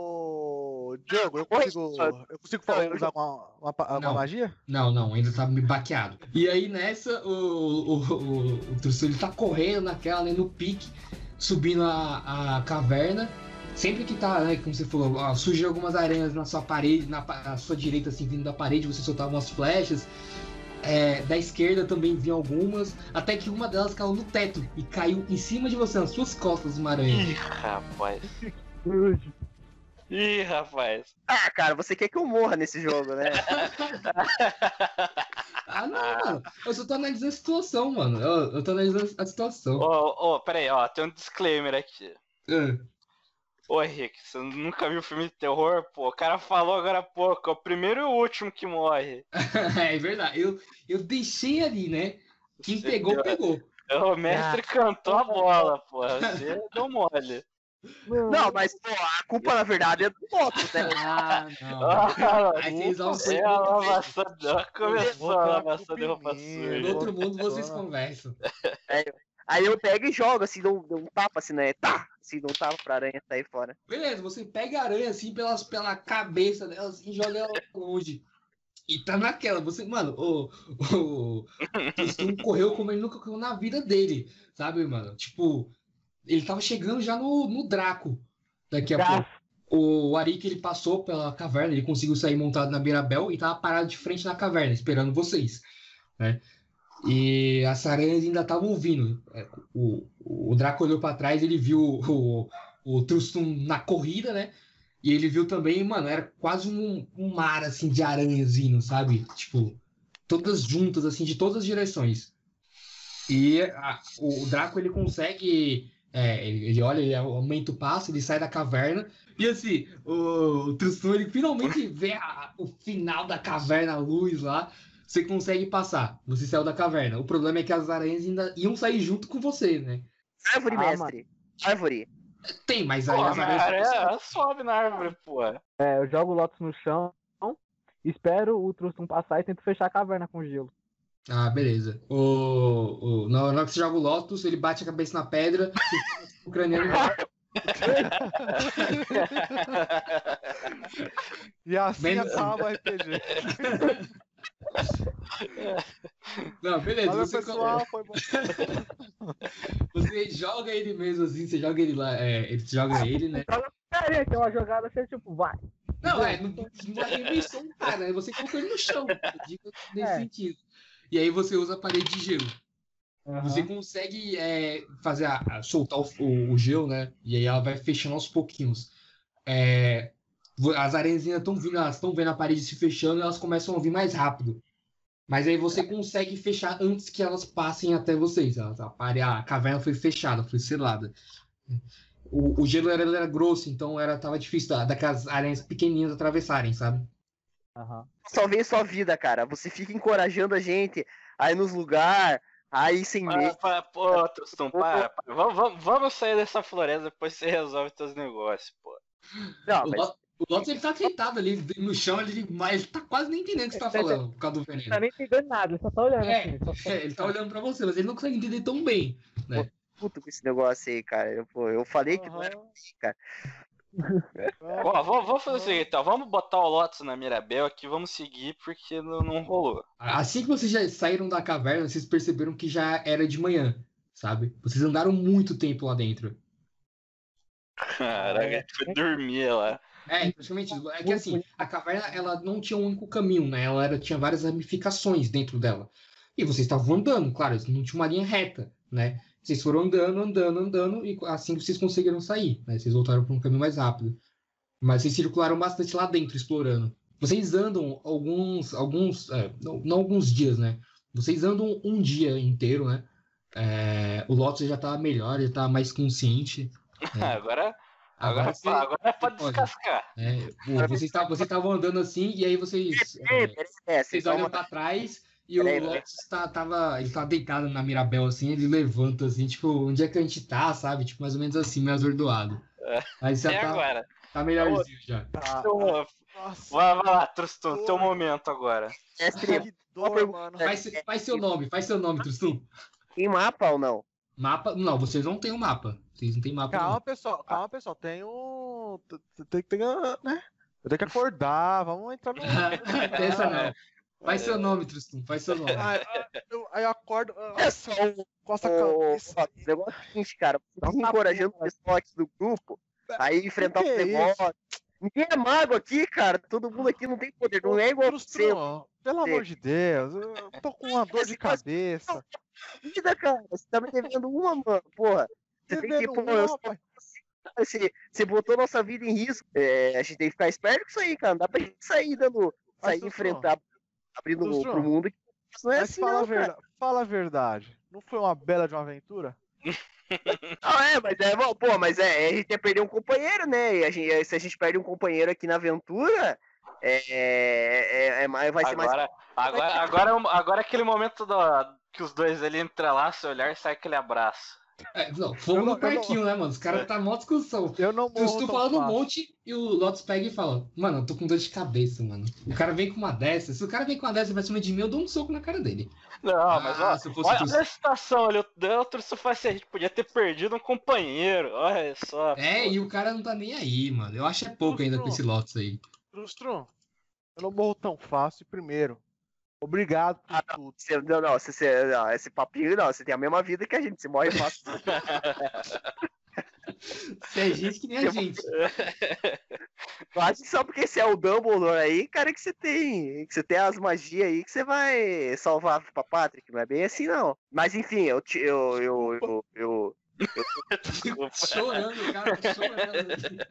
o Diogo, eu Oi, consigo, só- eu consigo Não, fa- eu usar uma, uma, pa- uma Não. magia? Não, não, ainda tá me baqueado. E aí nessa, o, o, o, o Trustum, ele tá correndo naquela, né, no pique, subindo a, a caverna. Sempre que tá, né, como você falou, ó, surgiu algumas aranhas na sua parede, na, pa- na sua direita, assim, vindo da parede, você soltava umas flechas. É, da esquerda também vinha algumas, até que uma delas caiu no teto e caiu em cima de você, nas suas costas, uma aranha. Ih, rapaz. Ih, rapaz. Ah, cara, você quer que eu morra nesse jogo, né? Ah, não, mano. Eu só tô analisando a situação, mano. Eu, eu tô analisando a situação. Ô, ô, peraí, ó, tem um disclaimer aqui. Ah. Ô, Henrique, você nunca viu filme de terror? Pô, o cara falou agora há pouco, é o primeiro e o último que morre. É verdade. Eu, eu deixei ali, né? Quem Você pegou, deu- pegou. O mestre cantou a bola, pô. Você deu mole. Não, mas, pô, a culpa, na verdade, é do Lotus, né? Ah, não. Ah, Aí vocês vão é a lavação. Começou a lavação de roupa No suja. outro mundo vocês conversam. Aí eu pego e jogo, assim, dou, dou um tapa, assim, né? Tá! Assim, dou um tapa pra aranha sair fora. Beleza, você pega a aranha assim pelas, pela cabeça dela assim, e joga ela longe. E tá naquela, você, mano, o, o, o Tustum correu como ele nunca correu na vida dele, sabe, mano? Tipo, ele tava chegando já no, no Draco daqui a Tá. pouco. O Arik, ele passou pela caverna, ele conseguiu sair montado na Mirabel e tava parado de frente na caverna, esperando vocês, né? E as aranhas ainda estavam vindo. O, o Draco olhou pra trás, ele viu o, o Trustum na corrida, né? E ele viu também, mano, era quase um, um mar, assim, de aranhas vindo, sabe? Tipo, todas juntas, assim, de todas as direções. E a- o Draco, ele consegue... é, ele, ele olha, ele aumenta o passo, ele sai da caverna. E assim, o, o Trustum, ele finalmente vê a- o final da caverna, a luz lá. Você consegue passar. Você saiu da caverna. O problema é que as aranhas ainda iam sair junto com você, né? Árvore, Ah, mestre. Árvore. Tem, mas aí Pô, as mas aranhas... é, sobe na árvore, pô. É, eu jogo o Lotus no chão, espero o Trustum passar e tento fechar a caverna com gelo. Ah, beleza. O, o, na hora que você joga o Lotus, ele bate a cabeça na pedra, o craniano vai. E assim Menos- acaba o R P G. Não, beleza. Valeu, Você, pessoal. Foi bom. você joga ele mesmo assim, você joga ele lá, é, ele joga ele, né? É, que é uma jogada assim, tipo, vai. Não, é, não, não é invenção, cara, né? Você colocou ele no chão. Dica nesse É. sentido. E aí você usa a parede de gelo. Aham. Você consegue é, fazer a, a- soltar o, o- o gelo, né? E aí ela vai fechando aos pouquinhos. É, vo- as aranhas ainda estão vindo, elas estão vendo a parede se fechando e elas começam a vir mais rápido. Mas aí você consegue fechar antes que elas passem até vocês. Elas- A, pare- a caverna foi fechada, foi selada. O, o gelo era, ele era grosso, então era, tava difícil da- daquelas aranhas pequenininhas atravessarem, sabe? Aham. Só vem sua vida, cara. Você fica encorajando a gente aí nos lugares, aí sem Para, medo. para, pô, Trustum, para, para. Vamos, vamos, vamos sair dessa floresta, depois você resolve teus negócios, pô. Não, O mas Lot- o Lotus, ele tá deitado ali no chão, ele, mas ele tá quase nem entendendo o que você tá falando por causa do Não tá veneno. nem entendendo nada, ele só tá olhando É, assim. Só... é, ele tá olhando pra você, mas ele não consegue entender tão bem, né? puto com esse negócio aí, cara. Eu, pô, eu falei que não era Aham. assim, cara. Ó, vamos, vamos fazer o seguinte, então. Vamos botar o Lotus na Mirabel aqui, vamos seguir, porque não, não rolou. Assim que vocês já saíram da caverna, vocês perceberam que já era de manhã, sabe? Vocês andaram muito tempo lá dentro. Caraca, a gente foi dormir lá. É, praticamente. É que assim, a caverna ela não tinha um único caminho, né? Ela era, tinha várias ramificações dentro dela. E vocês estavam andando, claro, não tinha uma linha reta, né? Vocês foram andando, andando, andando, e assim vocês conseguiram sair, né? Vocês voltaram para um caminho mais rápido. Mas vocês circularam bastante lá dentro, explorando. Vocês andam alguns, alguns, é, não, não alguns dias, né? Vocês andam um dia inteiro, né? É, o Lotus já tá melhor, já tá mais consciente. Agora, agora, você- agora pode pode. descascar. É, o- vocês estavam vocês estavam andando assim, e aí vocês, é, É, peraí, é, vocês vocês olham olham pra trás e Peraí, o peraí. Lotus tá, tava, ele tá deitado na Mirabel assim, ele levanta assim, tipo, onde é que a gente tá, sabe? Tipo, mais ou menos assim, meio azordoado. Aí já E tá, agora? tá melhorzinho já. Tá. Então, Nossa, vai, vai lá, Trustum, teu momento agora. mestre, que dor, pergunta. mano. Faz, faz seu nome, faz seu nome, Trustum. tem mapa ou não? Mapa? Não, vocês não têm um mapa. Vocês não têm mapa. Calma, pessoal. Calma, pessoal. Tem um. Tem que. Né? Eu tenho que acordar. Vamos entrar no. Não. Pensa não. Faz seu nome, Trustum, faz seu nome. Aí, aí eu, aí eu acordo. ah, É só um Costa a Ô, cabeça. ó, o negócio é o seguinte, cara. Você Dá um fica tapa encorajando o no pessoal aqui do grupo aí enfrentar que os é negócios. Ninguém é mago aqui, cara. Todo mundo aqui não tem poder. Não é igual você. Trustão, pelo amor de Deus. Eu tô com uma dor de cabeça. Vida, cara. Você tá me devendo uma, mano. Porra. Você tem que, Devendo pô, uma, eu- rapaz. você, você botou nossa vida em risco. É, a gente tem que ficar esperto com isso aí, cara. Não dá pra gente sair dando. Mas, Sair Trustão, enfrentar, abrindo Trustão. pro mundo. não é Mas assim, fala, não, a verdade, fala a verdade. Não foi uma bela de uma aventura? Ah, é, mas é, bom, pô, mas é, a gente ia perder um companheiro, né? E a gente, se a gente perde um companheiro aqui na aventura, é, é, é, é mais- vai ser mais. Agora, agora, agora, é um- agora é aquele momento do, que os dois ali entrelaçam o olhar e sai aquele abraço. É, não, fogo Eu não- no parquinho, né, mano? Os caras tá mó discussão. Eu não Eu morro estou tão falando um fácil. monte e o Lotus pega e fala: Mano, eu tô com dor de cabeça, mano. O cara vem com uma dessa. Se o cara vem com uma dessa pra cima de mim, eu dou um soco na cara dele. Não, mas Ah, ó, se eu fosse olha, tu- olha a situação ali. O outro se fosse a gente podia ter perdido um companheiro. Olha só. É, e o cara não tá nem aí, mano. Eu acho é pouco ainda com esse Lotus aí. Trustrum, eu não morro tão fácil. Primeiro, obrigado por tudo. Você, não, não, você, você- não, esse papinho não, você tem a mesma vida que a gente, você morre fácil. Você é gente que nem a gente. Eu acho que só porque você é o Dumbledore aí, cara, que você tem. Que você tem as magias aí que você vai salvar pra Patrick. Não é bem assim, não. Mas enfim, eu. te- eu, eu, eu, eu- Chorando, cara, chorando.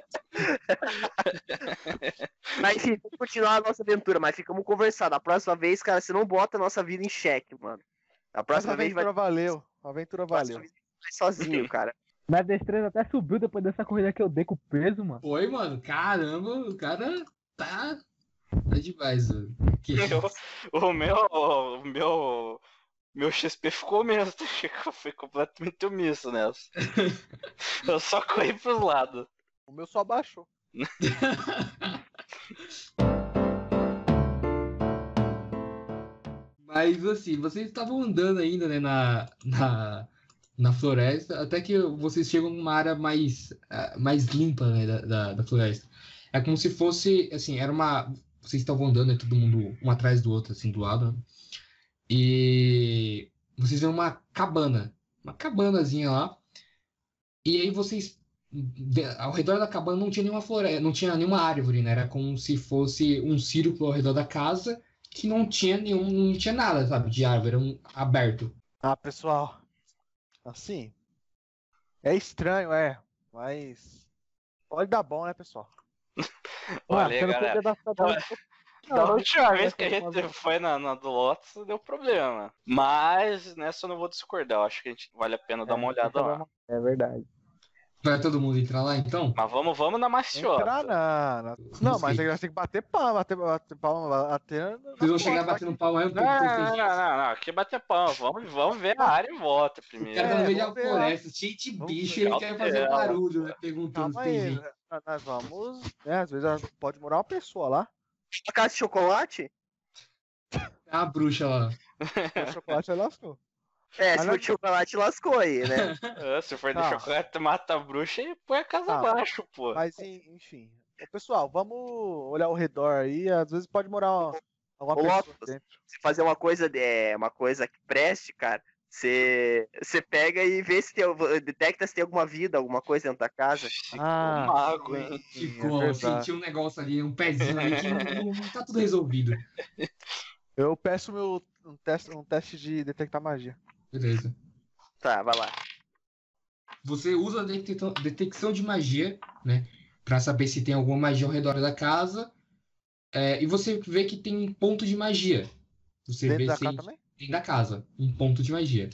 Mas enfim, vamos continuar a nossa aventura, mas ficamos conversando. A próxima vez, cara, você não bota a nossa vida em xeque, mano. A Essa próxima vez vai, aventura valeu. A aventura a próxima valeu. vez vai sozinho, cara. Minha destreza até subiu depois dessa corrida que eu dei com o peso, mano. Foi, mano. Caramba, o cara tá. Tá demais, mano. Que Eu- o meu. O meu. Meu X P ficou mesmo. Foi completamente omisso nessa. Eu só corri pros lados. O meu só baixou. Mas assim, vocês estavam andando ainda, né, na, na, na floresta, até que vocês chegam numa área mais, ah, mais limpa, né, da, da, da floresta. É como se fosse, assim, era uma... Vocês estavam andando, né, todo mundo um atrás do outro, assim, do lado, né? E vocês veem uma cabana, uma cabanazinha lá, e aí vocês... Ao redor da cabana não tinha nenhuma floresta, não tinha nenhuma árvore, né? Era como se fosse um círculo ao redor da casa que não tinha nenhum, não tinha nada, sabe, de árvore, era um aberto. Ah, pessoal. Assim. É estranho, é. Mas. Pode dar bom, né, pessoal? Olha aí, você não galera. podia dar essa dose. Da última vez que a essa gente foi na, na do Lotus, deu problema. Mas nessa eu não vou discordar. Eu acho que a gente vale a pena dar uma olhada lá. É verdade. Vai todo mundo entrar lá, então? Mas vamos, vamos na maciota. Entrar na, na- Não, mas aí tem que bater palma, bater, bater palma, bater. na Vocês vão chegar porta, batendo palma aí um Não, pouco. não, não, não, não. Aqui bater pão. Vamos, vamos ver a área em volta O primeiro. cara tá no É, meio da vamos ver lá. floresta, cheio de Vamos bicho, ver. e ele quer fazer Cautela. barulho, né? Perguntando se Calma tem aí, gente. nós- nós vamos. Né, às vezes pode morar uma pessoa lá. A casa de chocolate? Tem uma bruxa lá. O chocolate aí lascou. É, Mas se não- for de chocolate, lascou aí, né? É, se for de Tá. chocolate, mata a bruxa e põe a casa Tá. abaixo, pô. Mas en- enfim. Ô, pessoal, vamos olhar ao redor aí. Às vezes pode morar uma- alguma Ô, pessoa Lopes. dentro. Você fazer uma coisa, é, uma coisa que preste, cara, você, você pega e vê se tem, detecta se tem alguma vida, alguma coisa dentro da casa. Ficou Ah, mago, sim, hein? é Ficou, verdade. senti um negócio ali, um pezinho ali que não, não tá tudo resolvido. Eu peço meu um teste, um teste de detectar magia. Beleza. Tá, vai lá. Você usa a detecção, detecção de magia, né? Pra saber se tem alguma magia ao redor da casa. É, e você vê que tem um ponto de magia. Você Dentro vê da se casa também? dentro da casa. Um ponto de magia.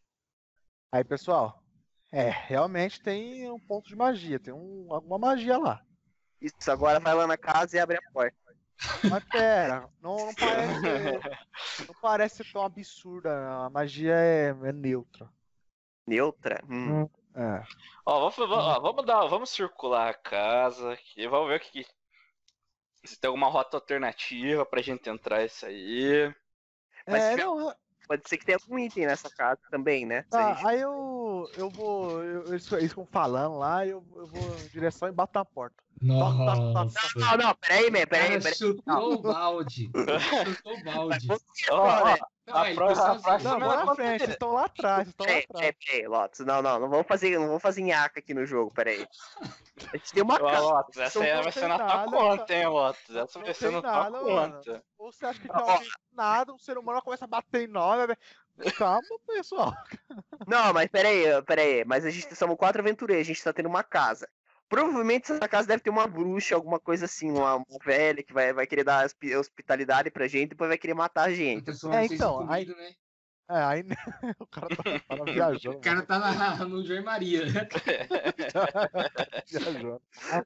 Aí, pessoal. É, realmente tem um ponto de magia. Tem um, alguma magia lá. Isso, agora vai lá na casa e abre a porta. Mas pera, não, não parece. Não parece ser tão absurda. A magia é, é neutra. Neutra? Hum. É. Ó, vamos, vamos, ó, vamos dar, vamos circular a casa aqui, vamos ver o que, que- se tem alguma rota alternativa pra gente entrar isso aí. Mas É, se- não, Pode ser que tenha algum item nessa casa também, né? Se a tá, gente- aí eu, eu vou. Eu, eles, eles ficam falando lá e eu, eu vou em direção e bato na porta. Nossa. Não, não, peraí, man, O peraí, cara peraí. chutou o balde. Chutou o balde. Você, Ó, ó, né? Não, a ele próxima- foi a sozinho. próxima- Não, Não, vou não, na frente, vocês estão lá atrás, vocês estão lá Peraí, atrás. peraí, peraí, Lotus. Não, não, não vamos fazer, não vamos fazer nhaca aqui no jogo, peraí. A gente tem uma Ó, casa. Lotus, essa Não aí tem vai ser na tua nada, conta, hein, Lotus. Essa não vai ser tem na tua nada, mano. conta. Ou você acha que Ó. alguém nada, um ser humano começa a bater em nós, vai- calma, pessoal. Não, mas peraí, peraí. Mas a gente somos quatro aventureiros, a gente tá tendo uma casa. Provavelmente essa casa deve ter uma bruxa, alguma coisa assim, uma, uma velha que vai, vai querer dar hospi- hospitalidade pra gente, depois vai querer matar a gente. Então, É, vocês então, têm comido, né? É, aí o cara tá, tá viajando. O cara tá na, no João Maria. viajando.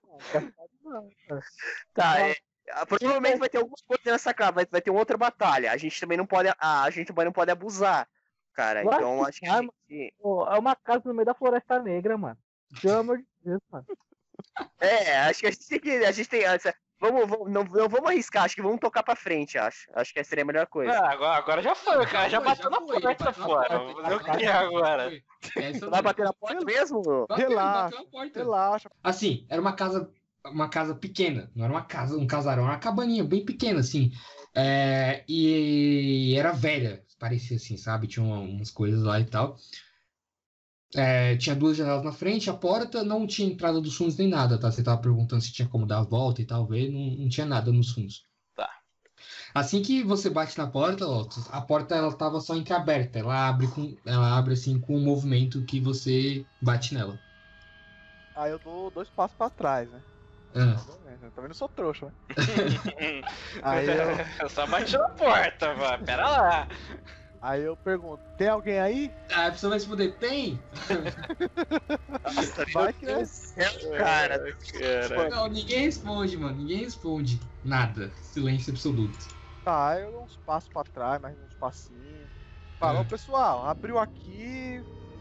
Tá, é, ah, provavelmente vai ter algumas coisas nessa casa, vai, vai ter uma outra batalha. A gente também não pode, a, a gente também não pode abusar, cara. Eu acho Então que acho que tá, a gente- Pô, é uma casa no meio da Floresta Negra, mano. Pelo amor de Deus, mano. é, acho que a gente tem que, a gente tem, essa- vamos, vamos não, não vamos arriscar, acho que vamos tocar pra frente, acho. Acho que essa seria a melhor coisa. Ah, agora, agora já foi, o cara já foi, bateu já na foi, porta bateu na fora. porta, Vamos fazer o bateu que na agora? Foi. Essa Vai não. bater na porta mesmo? Bateu, Relaxa, bateu na porta. Relaxa. Assim, era uma casa, uma casa pequena, não era uma casa, um casarão, era uma cabaninha bem pequena, assim. É, e era velha, parecia assim, sabe? Tinha uma- umas coisas lá e tal. É, tinha duas janelas na frente, a porta não tinha entrada dos fundos nem nada, tá? Você tava perguntando se tinha como dar a volta e tal, ver, não, não tinha nada nos fundos. Tá. Assim que você bate na porta, Lotus, a porta ela tava só entreaberta, ela abre com, ela abre assim com o movimento que você bate nela. Aí eu dou dois passos pra trás, né? Ah, Eu também não sou trouxa, né? Aí eu, Eu só bati na porta, mano. Pera lá. aí eu pergunto, tem alguém aí? a pessoa vai responder, tem? Nossa, Vai meu que Deus do céu, cara. Cara. Não, ninguém responde, mano, ninguém responde. Nada, silêncio absoluto. Tá, aí eu dou uns passos pra trás, mais uns passinhos. Fala, É. ô pessoal, abriu aqui.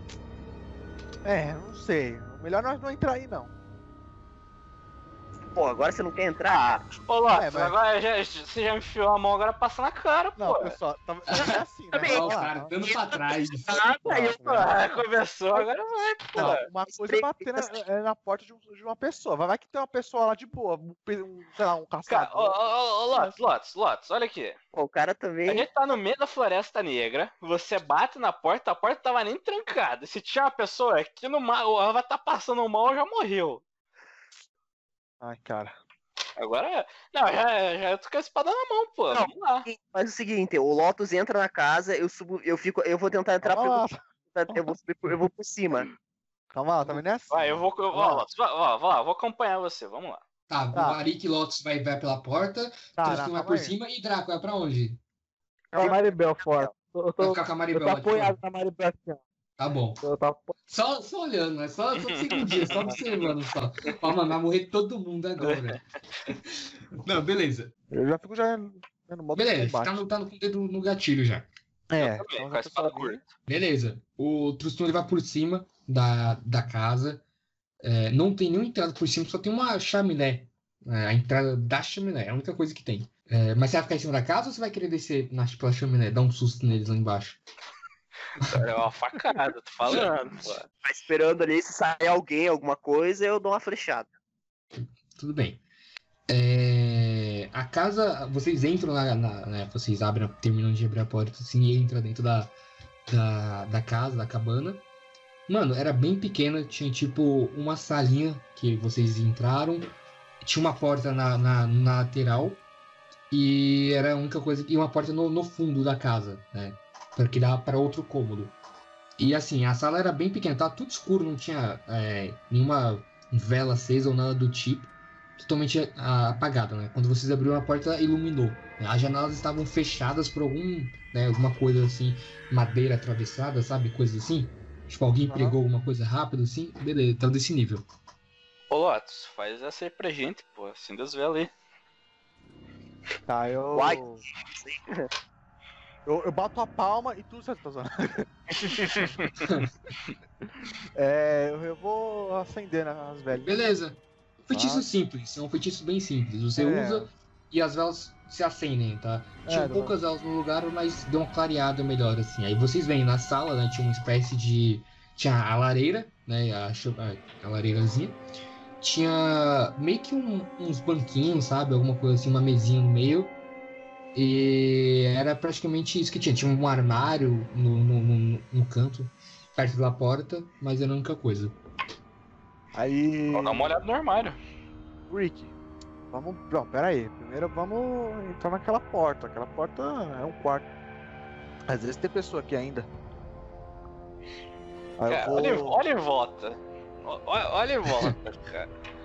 É, não sei. Melhor nós não entrar aí, não. Pô, agora você não quer entrar? Ô, Lotus, É, mas- agora já, você já enfiou a mão, agora passa na cara, Não, pô. pessoal, tá, é assim, né? Também, Ó, o Vamos lá, cara vamos- dando pra trás. Aí eu Ah, começou, agora vai, pô. Não, uma coisa é bater na, é na porta de, um- de uma pessoa. Vai, vai que tem uma pessoa lá de boa, um, pe- um, sei lá, um Cara, caçador. ô, ô, ô, Lotus, Lotus, Lotus, olha aqui. Pô, o cara A também. gente tá no meio da Floresta Negra, você bate na porta, a porta tava nem trancada. Se tinha uma pessoa aqui no mal, ela vai estar passando mal, já morreu. Ai, cara. Agora, não, já, já eu tô com a espada na mão, pô. Não. Vamos lá. Faz o seguinte, o Lotus entra na casa, eu subo, eu fico, eu vou tentar entrar Calma lá, pelo, eu vou, subir por- eu vou por cima. calma lá, também não é assim. Vai, eu vou, eu, ó, Lotus, vai, ó, vai lá, eu vou acompanhar você, vamos lá. Tá, Tá. o Arik Lotus vai, vai pela porta, Tá, Tristan não, vai calma por aí. cima e Draco vai pra onde? É o Maribel fora. Eu Vai tô, ficar com a eu Maribel tô lá de fora? apoiado na Maribel assim, ó. Tá bom. Eu tô apo- Só, só olhando, né? Só, só um segundinho, só observando só. Ó, mano, vai morrer todo mundo agora. Não, beleza. Eu já fico já no modo Beleza, de combate. tá no, tá no com o dedo no gatilho já. É, Também, então com a já espada tô curta. Beleza. O Truston ele vai por cima da, da casa. É, não tem nenhuma entrada por cima, só tem uma chaminé. É, a entrada da chaminé, é a única coisa que tem. É, mas você vai ficar em cima da casa ou você vai querer descer na, pela chaminé, dar um susto neles lá embaixo? É uma facada, tô falando, pô. Tá esperando ali, se sair alguém, alguma coisa, eu dou uma flechada. Tudo bem. É, a casa, vocês entram na, na- né, vocês abrem, terminam de abrir a porta assim e entra dentro da, da, da casa, da cabana. Mano, era bem pequena, tinha tipo uma salinha que vocês entraram, tinha uma porta na, na, na lateral e era a única coisa, e uma porta no, no fundo da casa, né, porque dava para outro cômodo. E assim, a sala era bem pequena, tava tudo escuro, não tinha é, nenhuma vela acesa ou nada do tipo. Totalmente ah, apagada, né? Quando vocês abriram a porta, iluminou. Né? As janelas estavam fechadas por algum, né, alguma coisa assim, madeira atravessada, sabe? Coisa assim. Tipo, alguém Aham. pregou alguma coisa rápido assim. Beleza, tá desse nível. Ô, Lotus, faz essa aí pra gente, pô. Acenda as velas aí. Tá, eu... Uai. eu. Eu bato a palma e tudo certo, tá zoando. É, eu, eu vou acender as velhas. Beleza. Feitiço Ah. simples, é um feitiço bem simples. Você É. usa e as velas se acendem, tá? Tinha É, poucas velas no lugar, mas deu uma clareada melhor, assim. Aí vocês veem na sala, né? Tinha uma espécie de. Tinha a lareira, né? A, chu- a, a lareirazinha. Tinha meio que um- uns banquinhos, sabe? Alguma coisa assim, uma mesinha no meio. E era praticamente isso que tinha. Tinha um armário no, no, no, no canto, perto da porta, mas era a única coisa. Aí. Vamos dar uma olhada no armário. Rick, vamos. Não, pera aí. Primeiro vamos entrar naquela porta. Aquela porta é um quarto. Às vezes tem pessoa aqui ainda. Aí Cara, eu olha, em- vou. olha em volta. Olha, olha em volta, cara.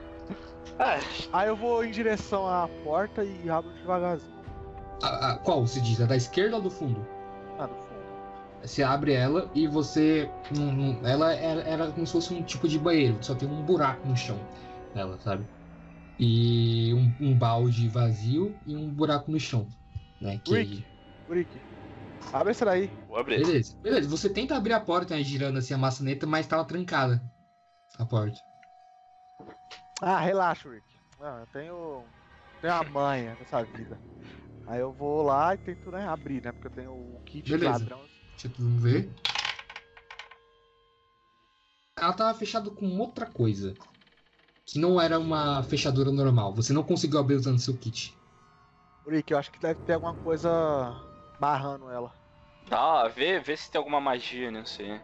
Ah, Aí eu vou em direção à porta e abro devagarzinho. A, a- qual se diz? A da esquerda ou do fundo? Ah, no fundo. Você abre ela e você. Não, não- ela era, era como se fosse um tipo de banheiro, só tem um buraco no chão. Ela, sabe? E um, um balde vazio e um buraco no chão. Né? Que... Rick, Rick, abre essa daí. vou abrir. Beleza, beleza. Você tenta abrir a porta, né, girando assim a maçaneta, mas tava trancada a porta. Ah, relaxa, Rick. Não, eu tenho. Tenho a manha dessa vida. Aí eu vou lá e tento, né, abrir, né? Porque eu tenho o kit Beleza. ladrão. Deixa eu ver. Ela tava fechada com outra coisa. Que não era uma fechadura normal. Você não conseguiu abrir usando seu kit. Rick, eu acho que deve ter alguma coisa barrando ela. Tá, vê, vê se tem alguma magia nisso aí.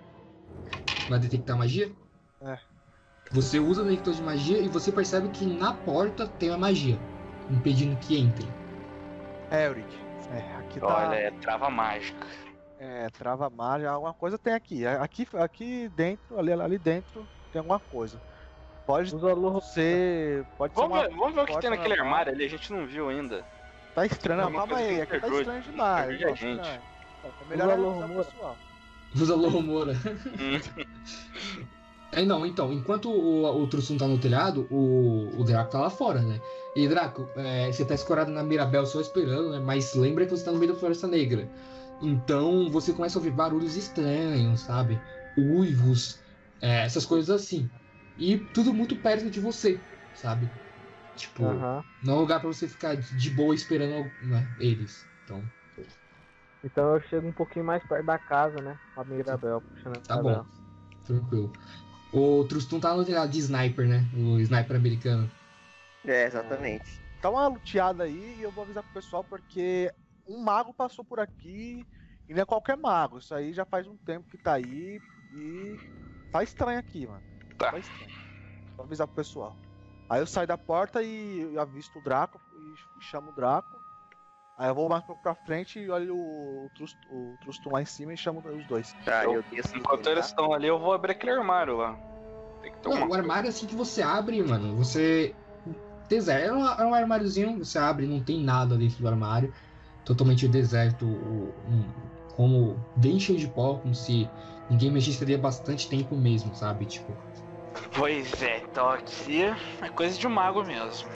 Vai detectar magia? É. Você usa o detector de magia e você percebe que na porta tem uma magia, impedindo que entre. É, Rick. É, aqui tá. Olha, é trava mágica. É, trava mágica, alguma coisa tem aqui. Aqui, aqui dentro, ali, ali dentro, tem alguma coisa. Pode Usa Loho. ser. Pode Vamos ser ver, uma vamos ver o que porta tem naquele normal. armário ali, a gente não viu ainda. Tá estranho, não, Alguma calma coisa aí, que aqui tá perdoe- estranho demais. perdoe a ó, gente. estranho. É melhor Usa avisar Loho o Moura. pessoal. Usa Lohomora. Hum. É, não, então, enquanto o, o Trussum tá no telhado, o, o Draco tá lá fora, né? E, Draco, é, você tá escorado na Mirabel só esperando, né? Mas lembra que você tá no meio da Floresta Negra. Então, você começa a ouvir barulhos estranhos, sabe? Uivos, é, essas coisas assim. E tudo muito perto de você, sabe? Tipo, Aham. não é um lugar pra você ficar de boa esperando, né, eles. Então, Então eu chego um pouquinho mais perto da casa, né? Com a Mirabel puxando a tá Mirabel. bom. Tranquilo. O Trustum tá no telhado de sniper, né? O sniper americano. É, exatamente. Dá uma luteada aí e eu vou avisar pro pessoal porque um mago passou por aqui e não é qualquer mago. Isso aí já faz um tempo que tá aí e tá estranho aqui, mano. Tá. Tá estranho. Vou avisar pro pessoal. Aí eu saio da porta e eu avisto o Draco e chamo o Draco. Aí eu vou mais pra frente e olho o Trust- o Trustum lá em cima e chamo os dois. Tá, Eu- eu desço. Enquanto tá? eles estão ali, eu vou abrir aquele armário lá. Tem que ter Não, uma o armário assim que você abre, mano, você. Deserto. É um, é um armáriozinho, você abre, não tem nada dentro do armário. Totalmente deserto, o- um- como bem cheio de pó, como se ninguém mexesse ali há bastante tempo mesmo, sabe? Tipo. Pois é, então aqui é coisa de um mago mesmo.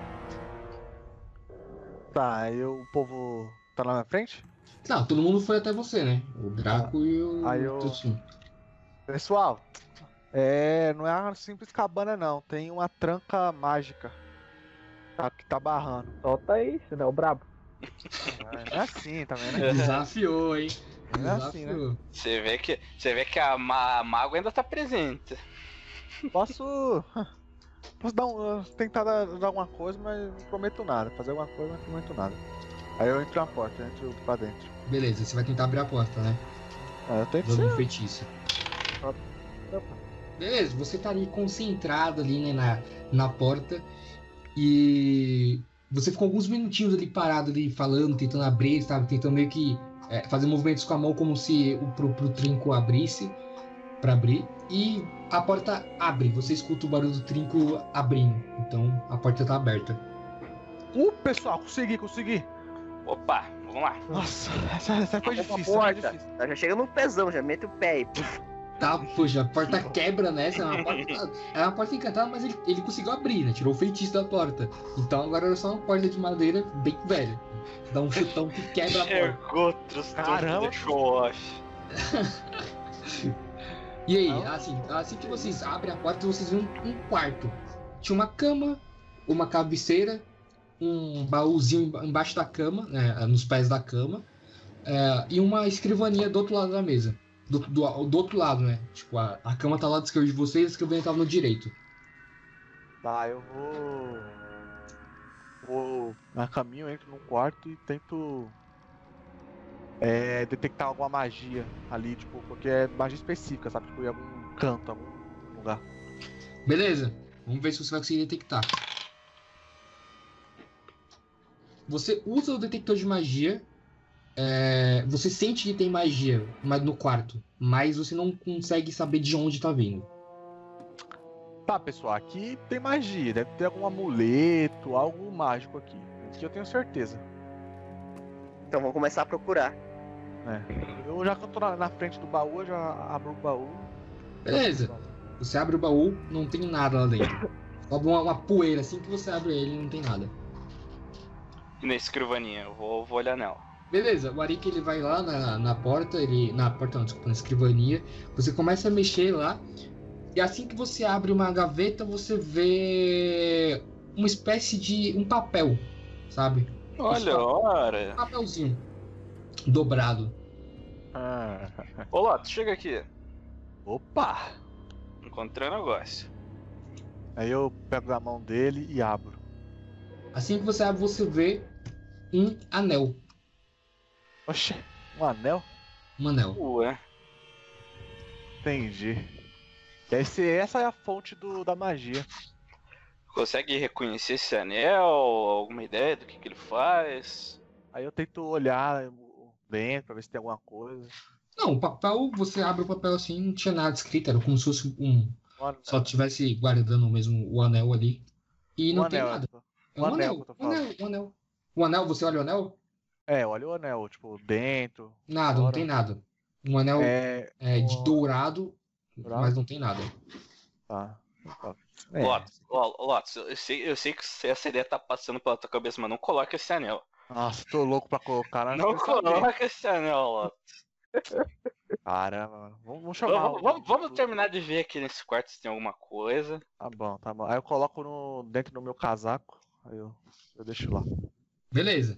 Tá, aí o povo tá lá na frente? Não, todo mundo foi até você, né? O Draco e o Aí eu- Trussum. Pessoal, é, não é uma simples cabana não, tem uma tranca mágica. Tá, que tá barrando. Solta isso, né? O brabo. É, é assim também, né? Desafiou, hein? Não é assim, né? Desafiou. Você vê que, você vê que a, ma- a mago ainda tá presente. Posso. Posso dar um, tentar dar, dar alguma coisa, mas não prometo nada. Fazer alguma coisa, mas não prometo nada. Aí eu entro na porta, eu entro pra dentro. Beleza, você vai tentar abrir a porta, né? É, eu tento Dando um ser. feitiço. Opa. Beleza, você tá ali concentrado ali, né, na, na porta. E você ficou alguns minutinhos ali parado ali, falando, tentando abrir, sabe? Tentando meio que é, fazer movimentos com a mão como se o pro, pro trinco abrisse, pra abrir. E a porta abre, você escuta o barulho do trinco abrindo. Então a porta tá aberta. Uh, pessoal, consegui, consegui. Opa, vamos lá. Nossa, essa, essa foi Uma difícil, essa foi porta. difícil. Tá, já chega no pezão, já mete o pé e. puf, Tá, poxa, a porta quebra nessa. É uma porta, é uma porta encantada, mas ele, ele conseguiu abrir, né? Tirou o feitiço da porta. Então agora era só uma porta de madeira bem velha. Dá um chutão que quebra a porta. Chegou, Trustum, Caramba. deixou off. E aí, Não. assim, assim que vocês abrem a porta, vocês veem um, um quarto. Tinha uma cama, uma cabeceira, um baúzinho emba- embaixo da cama, né, nos pés da cama, é, e uma escrivaninha do outro lado da mesa. Do, do, do outro lado, né? Tipo, a, a cama tá lá do esquerdo de vocês, a escrivaninha tava no direito. Tá, eu vou. Vou na caminho, entro num quarto e tento. É, detectar alguma magia ali, tipo, porque é magia específica, sabe? Tipo, em algum canto, algum lugar. Beleza, vamos ver se você vai conseguir detectar. Você usa o detector de magia. É, você sente que tem magia mas no quarto, mas você não consegue saber de onde tá vindo. Tá, pessoal, aqui tem magia, deve ter algum amuleto, algo mágico aqui. Aqui eu tenho certeza. Então vamos começar a procurar. É. Eu já que eu tô na, na frente do baú, eu já abro o baú. Beleza. Você abre o baú, não tem nada lá dentro. Sobe uma, uma poeira, assim que você abre ele, não tem nada. E na escrivaninha, eu vou, vou olhar nela. Beleza, o Arik ele vai lá na, na porta, ele. Na porta não, desculpa, na escrivania. Você começa a mexer lá. E assim que você abre uma gaveta, você vê uma espécie de. um papel, sabe? Olha, Isso, ora. Um papelzinho dobrado. Ah. Ô, Loto, chega aqui. Opa! Encontrei um negócio. Aí eu pego na mão dele e abro. Assim que você abre, você vê um anel. Oxe, um anel? Um anel. Ué. Entendi. Esse, essa é a fonte do, da magia. Consegue reconhecer esse anel? Alguma ideia do que, que ele faz? Aí eu tento olhar dentro pra ver se tem alguma coisa. Não, o papel, você abre o papel assim, não tinha nada escrito, era como se fosse um. Um anel. Só tivesse guardando mesmo o anel ali. E Um não anel, tem nada. eu tô- É um um anel anel, que eu tô um falando. anel, um anel. O anel, você olha o anel? É, olha o anel, tipo, dentro. Nada, não fora. tem nada. Um anel É. é, de um- dourado, Dourado? mas não tem nada. Tá. Tá. É. Lotus, ó, Lotus, eu sei, eu sei que essa ideia tá passando pela tua cabeça, mas não coloca esse anel. Nossa, tô louco pra colocar. Não, Não quero saber. coloca esse anel, Lotus. Caramba, mano. Vamos, vamos chamar. Vamos, o- vamos, vamos terminar de ver aqui nesse quarto se tem alguma coisa. Tá bom, tá bom. Aí eu coloco no, dentro do meu casaco. Aí eu, eu deixo lá. Beleza.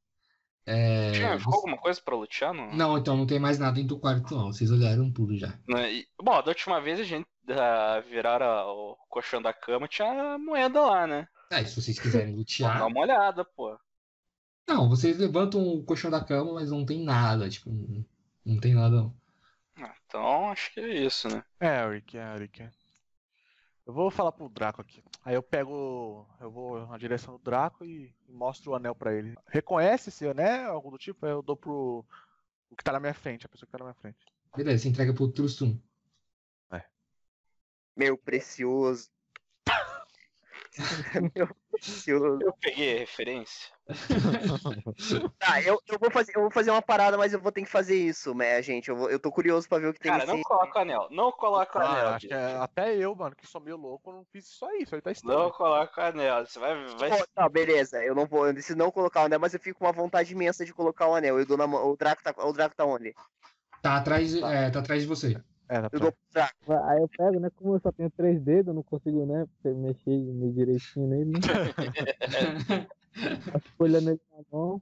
É, Tinha, ficou você- alguma coisa pra lutear? Não? Não, então não tem mais nada dentro do quarto, não. Vocês olharam tudo já. Né, e- Bom, da última vez a gente ah, viraram o colchão da cama, tinha moeda lá, né? Ah, e se vocês quiserem Vamos lutear. dar uma olhada, pô. Não, vocês levantam o colchão da cama, mas não tem nada. Tipo, não, não tem nada. Não. Ah, então acho que é isso, né? É, Rick, é, Rick. Eu vou falar pro Draco aqui. Aí eu pego. Eu vou na direção do Draco e mostro o anel pra ele. Reconhece esse anel, algo do tipo? Aí eu dou pro. O que tá na minha frente, a pessoa que tá na minha frente. Beleza, você entrega pro Trustum. Meu precioso. Meu precioso. Eu peguei a referência. Tá, eu, eu, vou fazer, eu vou fazer uma parada, mas eu vou ter que fazer isso, né, gente? Eu, vou, eu tô curioso pra ver o que tem Cara, não nesse. coloca o anel. Não coloca o anel. Ah, acho que é, até eu, mano, que sou meio louco, eu não fiz isso aí. Isso aí tá Não estranho. coloca o anel. Você vai. vai... Pô, não, beleza, eu não vou. Eu decido não colocar o anel, mas eu fico com uma vontade imensa de colocar o anel. Eu dou na mão. O Draco tá, o Draco tá onde? Tá atrás, Tá. é, tá atrás de você. É, tá Eu dou pro Draco. Aí eu pego, né? Como eu só tenho três dedos, eu não consigo, né? Mexer meio direitinho nele, né? Eu fico olhando ele na mão.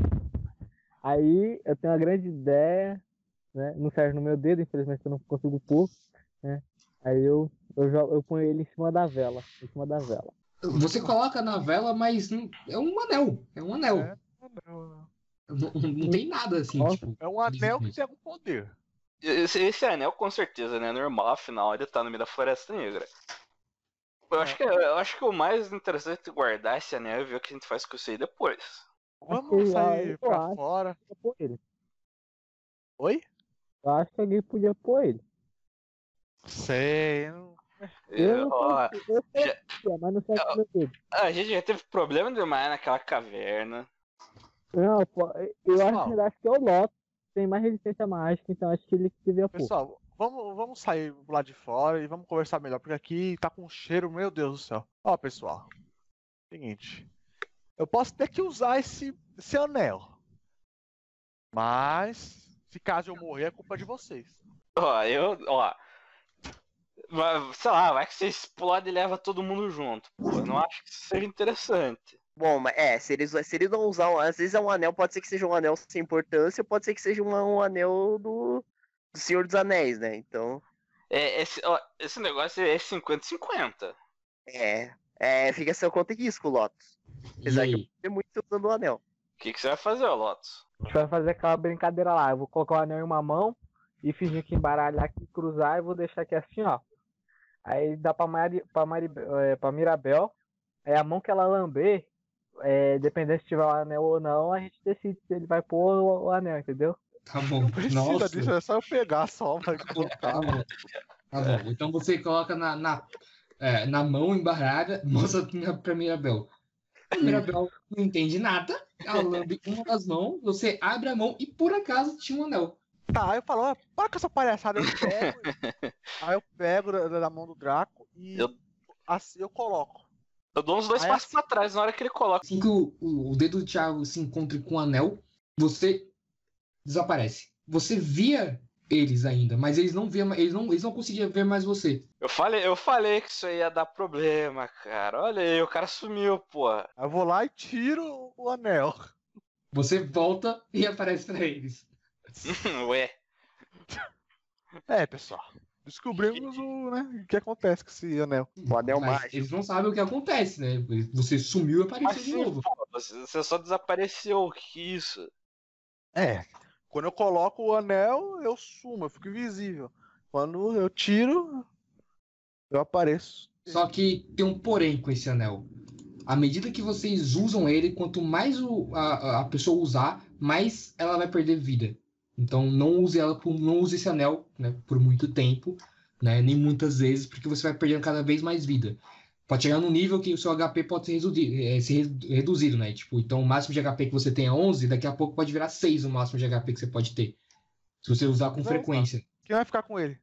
Aí eu tenho uma grande ideia, né? Não serve no meu dedo, infelizmente eu não consigo pôr, né? Aí eu, eu, jogo, eu ponho ele em cima da vela. Em cima da vela. Você coloca na vela, mas não- é um anel. É um anel. É. Não, Não, não tem nada assim, Nossa. tipo. É um anel que tem algum poder. Esse, esse anel, com certeza, né? Normal, afinal, ele tá no meio da Floresta Negra. Eu acho, que, eu acho que o mais interessante é guardar esse anel e ver o que a gente faz com isso aí depois. Vamos Achei, sair eu pra acho. fora. Eu pôr ele. Oi? Eu acho que alguém podia pôr ele. Sei. não- Eu Eu, não ó, consigo, eu sei já- que é, mas não serve no meu dedo. a gente já teve problema demais naquela caverna. Não, pô, eu Pessoal. acho, eu acho que é o Lotus. Tem mais resistência mágica, então acho que ele que devia pôr. Pessoal, vamos, vamos sair lá de fora e vamos conversar melhor, porque aqui tá com um cheiro, meu Deus do céu. Ó, pessoal. Seguinte. Eu posso ter que usar esse, esse anel. Mas, se caso eu morrer, é culpa de vocês. Ó, eu, ó. vai- Sei lá, vai que você explode e leva todo mundo junto. Pô, eu não acho que isso seja interessante. Bom, mas é, se eles, se eles não usar, um- às vezes é um anel, pode ser que seja um anel sem importância, pode ser que seja um, um anel do, do Senhor dos Anéis, né? Então, É, esse, ó, esse negócio é cinquenta cinquenta. é, é, fica a seu conta e risco, Lotus. E Apesar que eu aí? tenho muito usando o anel. O que, que você vai fazer, ó, Lotus? A gente vai fazer aquela brincadeira lá. Eu vou colocar o anel em uma mão e fingir que embaralhar aqui, cruzar e vou deixar aqui assim, ó. Aí dá pra, Mari, pra, Mari, é, pra Mirabel. Aí a mão que ela lamber, é, dependendo se tiver o anel ou não, a gente decide se ele vai pôr o, o anel, entendeu? Tá bom. Não precisa Nossa. disso, é só eu pegar só, vai Tá colocar. bom. Tá bom. Então você coloca na, na, é, na mão embarrada, mostra pra Mirabel. A Mirabel não entende nada, ela lambe uma das mãos, você abre a mão e por acaso tinha um anel. Tá, aí eu falo, ó, para com essa palhaçada, eu pego. Aí eu pego da, da mão do Draco e Eu- assim eu coloco. Eu dou uns dois Aí passos assim- pra trás na hora que ele coloca. Assim que o, o, o dedo do Thiago se encontra com o anel, você desaparece. Você via eles ainda, mas eles não viam, eles não, eles não conseguiam ver mais você. Eu falei, eu falei que isso aí ia dar problema, cara. Olha aí, o cara sumiu, porra. Aí eu vou lá e tiro o anel. Você volta e aparece pra eles. Ué. É, pessoal. Descobrimos o, né, o que acontece com esse anel. O anel Mas mágico. eles não sabem o que acontece, né? Você sumiu e Mas apareceu de sim, novo. pô, você você só desapareceu. Que isso? É. Quando eu coloco o anel, eu sumo, eu fico invisível. Quando eu tiro, eu apareço. Só que tem um porém com esse anel. À medida que vocês usam ele, quanto mais o, a, a pessoa usar, mais ela vai perder vida. Então não use ela por, não use esse anel, né, por muito tempo, né, nem muitas vezes, porque você vai perdendo cada vez mais vida. Pode chegar num nível que o seu H P pode ser reduzido, é, ser re- reduzido, né? Tipo, então o máximo de H P que você tem é onze, daqui a pouco pode virar seis o máximo de H P que você pode ter. Se você usar com Não, frequência. Quem vai ficar com ele?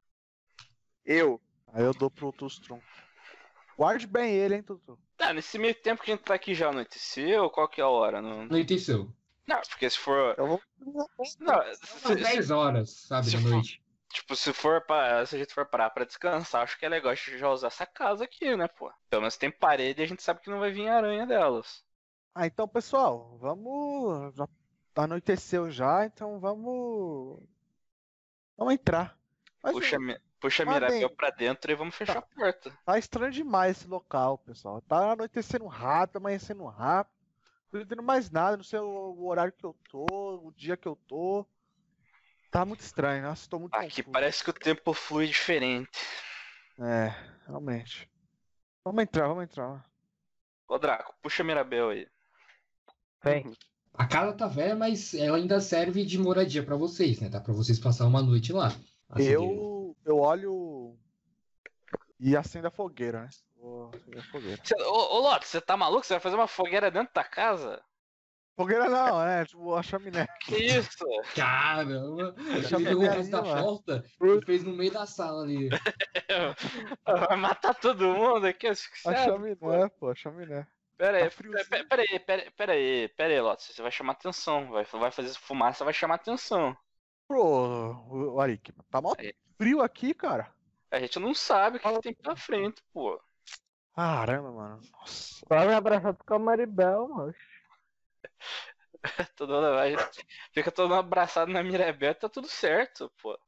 Eu. Aí eu dou pro Tustrum. Guarde bem ele, hein, Tutu. Ah, nesse meio tempo que a gente tá aqui já anoiteceu, qual que é a hora? Não, Não entendeu. não porque se for. Eu vou. Não, São se, se- dez horas, sabe, se da for- noite. tipo, se for pra. Se a gente for parar pra descansar, acho que é legal a gente já usar essa casa aqui, né, pô? Pelo menos tem parede e a gente sabe que não vai vir aranha delas. Ah, então, pessoal, vamos. Já anoiteceu já, então vamos. Vamos entrar. Mas Puxa, mi- puxa a mas Mirabel bem- pra dentro e vamos fechar a porta. tá estranho demais esse local, pessoal. Tá anoitecendo rápido, amanhecendo rápido. Não tô entendendo mais nada, não sei o, o horário que eu tô, o dia que eu tô. Tá muito estranho, nossa, tô muito Aqui confuso. parece que o tempo flui diferente. É, realmente. Vamos entrar, vamos entrar. Ô Draco, puxa a Mirabel aí. Vem. A casa tá velha, mas ela ainda serve de moradia pra vocês, né? Dá pra vocês passar uma noite lá. Assim, Eu, eu olho e acendo a fogueira, né? Vou acender a fogueira. Cê- Ô, ô Loto, você tá maluco? Você vai fazer uma fogueira dentro da casa? Fogueira não, é tipo a chaminé. Que isso? Caramba! Ele chaminé pegou o ali, resto da mano. volta e fez no meio da sala ali. Vai matar todo mundo aqui? A Sério? chaminé, pô, a chaminé. Pera aí, Tá friozinho. pera, pera aí, pera, pera aí, pera aí, Lotus, você vai chamar atenção, vai, vai fazer fumaça, vai chamar atenção. Pô, o- o Arik, tá mó Aí. frio aqui, cara. A gente não sabe o que, que tem pela frente, pô. Caramba, mano. Nossa. Quase abraçado com a Maribel, mano. Todo mundo, a gente fica todo mundo abraçado na Mirabel e tá tudo certo, pô.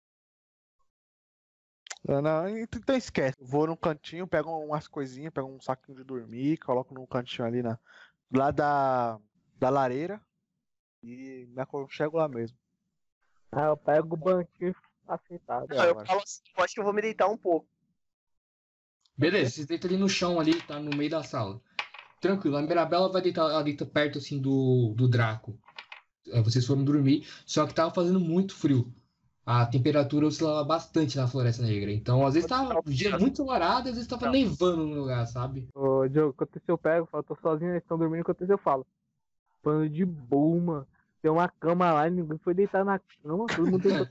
Não, não, então esquece. Vou num cantinho, pego umas coisinhas, pego um saquinho de dormir, coloco num cantinho ali na, lá da, da lareira e me aconchego lá mesmo. Aí eu pego o banquinho assentado. É, eu mano. falo assim, eu acho que eu vou me deitar um pouco. Beleza, vocês deitam ali no chão ali, tá no meio da sala. Tranquilo, a Mirabela vai deitar, ela deita perto assim do, do Draco. É, vocês foram dormir, só que tava fazendo muito frio. A temperatura oscilava bastante na Floresta Negra. Então, às vezes tava um dia muito ensolarado, às vezes tava nevando no lugar, sabe? Ô, Diogo, enquanto isso eu pego, falo, tô sozinho, eles estão dormindo, enquanto isso eu falo. Pano de boa, mano. Tem uma cama lá, ninguém foi deitar na cama, todo mundo deitou.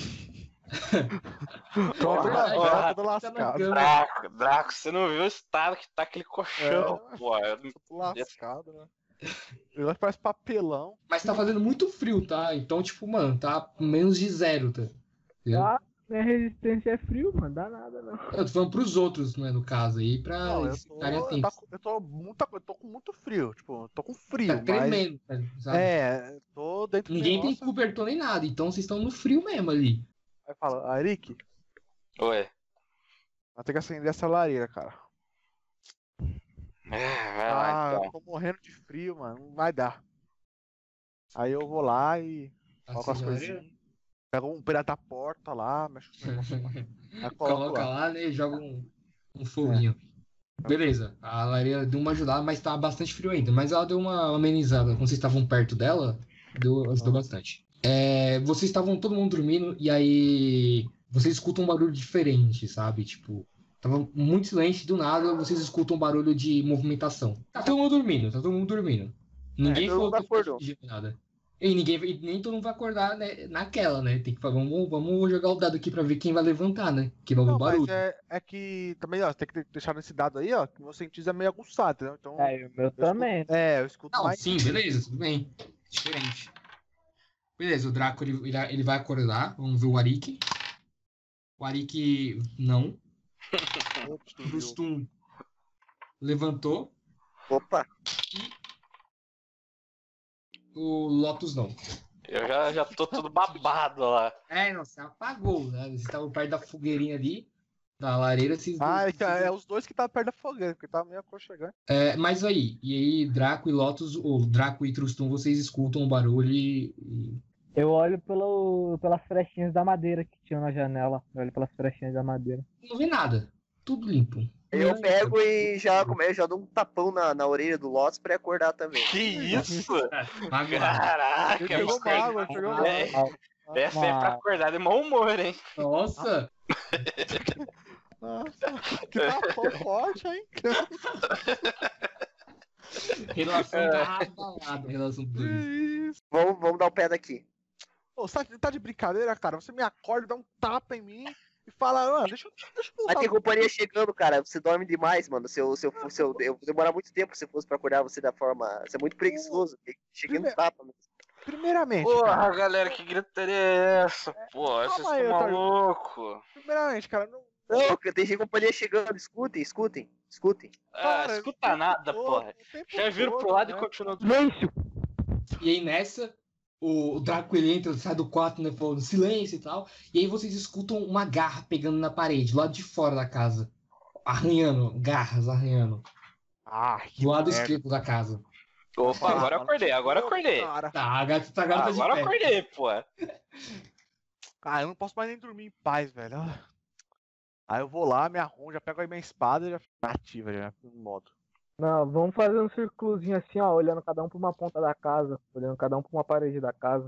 Tô toda, Caralho, ó, tá toda na lascado. cama. Draco, Draco, você não viu o estado que tá aquele colchão, É. pô. Eu- Tô lascado, né? O negócio parece papelão. Mas tá fazendo muito frio, tá? Então, tipo, mano, tá menos de zero, tá? Entendeu? Ah, minha resistência é frio, mano, dá nada não. Eu tô falando pros outros, né, no caso aí, pra Não, eu eles tô, ficarem eu, atentos. tô, eu, tô muito, eu tô com muito frio, tipo, eu tô com frio, Tá mas... tremendo, sabe? É, tô dentro do Ninguém tem negócio. cobertor nem nada, então vocês estão no frio mesmo ali. Aí fala, Arik, Oi. vai ter que acender essa lareira, cara. É, vai lá, Ah, então. eu tô morrendo de frio, mano, não vai dar. Aí eu vou lá e coloco as Acende a lareira, coisinhas. Pego um pedaço da porta lá, mexo no negócio lá. Aí coloco coloca lá. lá, né, e joga um, um foguinho. Beleza, a lareira deu uma ajudada, mas tá bastante frio ainda. Mas ela deu uma amenizada. Quando vocês estavam perto dela, deu, ajudou bastante. É, vocês estavam todo mundo dormindo e aí vocês escutam um barulho diferente, sabe? Tipo, Tava muito silêncio, do nada vocês escutam um barulho de movimentação. Tá todo mundo dormindo, tá todo mundo dormindo. Ninguém É, todo falou mundo que vai acordou. fingir nada. E ninguém, e nem todo mundo vai acordar, né, naquela, né? Tem que vamos, vamos jogar o dado aqui pra ver quem vai levantar, né? Que vai ouvir Não, o barulho. mas é, é que também, ó, tem que deixar nesse dado aí, ó, que meu sentido é meio aguçado, entendeu? Então, É, o meu eu também. escuto, é, eu escuto Não, mais. sim, beleza, tudo bem. Diferente. Beleza, o Draco ele, ele, ele vai acordar. Vamos ver o Arik. O Arik não. Ops, tu O viu. Rustum levantou. Opa, O Lotus não. Eu já, já tô tudo babado lá. É, não, você apagou, né? Vocês estavam perto da fogueirinha ali, da lareira, vocês Ah, dois- então, é os dois que tá perto da fogueira, porque tá meio aconchegante. É, mas aí, e aí, Draco e Lotus, ou Draco e Trustum, vocês escutam o barulho e. e- Eu olho pelo, pelas frechinhas da madeira que tinha na janela. Eu olho pelas frechinhas da madeira. não vê nada. Tudo limpo. eu Não, pego e já, come- eu já dou um tapão na, na orelha do Lotus pra ele acordar também. Que isso? Magoado. Caraca, Ele pegou cara. mágoa, ele pegou Ah, É, mágoa. essa é pra acordar de mau humor, hein? Nossa! Nossa, que tapão forte, hein? Relação garrafalada, relação dos Que dois. isso? Vamos, vamos dar o pé daqui. Ô, você tá de brincadeira, cara? Você me acorda, dá um tapa em mim e fala, ah, deixa eu, deixa eu Mas usar tem companhia chegando, cara. Você dorme demais, mano. Se eu, se eu, for- se eu, eu vou demorar muito tempo se eu fosse pra acordar você da forma. Você é muito preguiçoso. Cheguei no Primeiro- tapa. Mesmo. Primeiramente, Porra, cara, galera, que gritaria é essa? Pô, vocês calma aí, estão Otário. malucos. primeiramente, cara, não. Não, que tem companhia chegando. Escutem, escutem, escutem. Ah, Cara, escuta nada, todo, porra. o tempo Já viram pro todo, lado né? e continuam. Silêncio! E aí nessa, o Draco ele entra, sai do quarto, né, falando silêncio e tal. E aí vocês escutam uma garra pegando na parede, do lado de fora da casa. Arranhando, garras arranhando. Ah, que Do lado merda. esquerdo da casa. Opa, agora eu acordei, agora eu acordei. Cara, Tá, a gata, tá, agora tá de Agora eu pé. acordei, pô. cara, eu não posso mais nem dormir em paz, velho. Ah. Aí eu vou lá, me arrumo, já pego aí minha espada e já fico ativa, já no modo. Não, vamos fazer um círculozinho assim, ó, olhando cada um pra uma ponta da casa, olhando cada um pra uma parede da casa.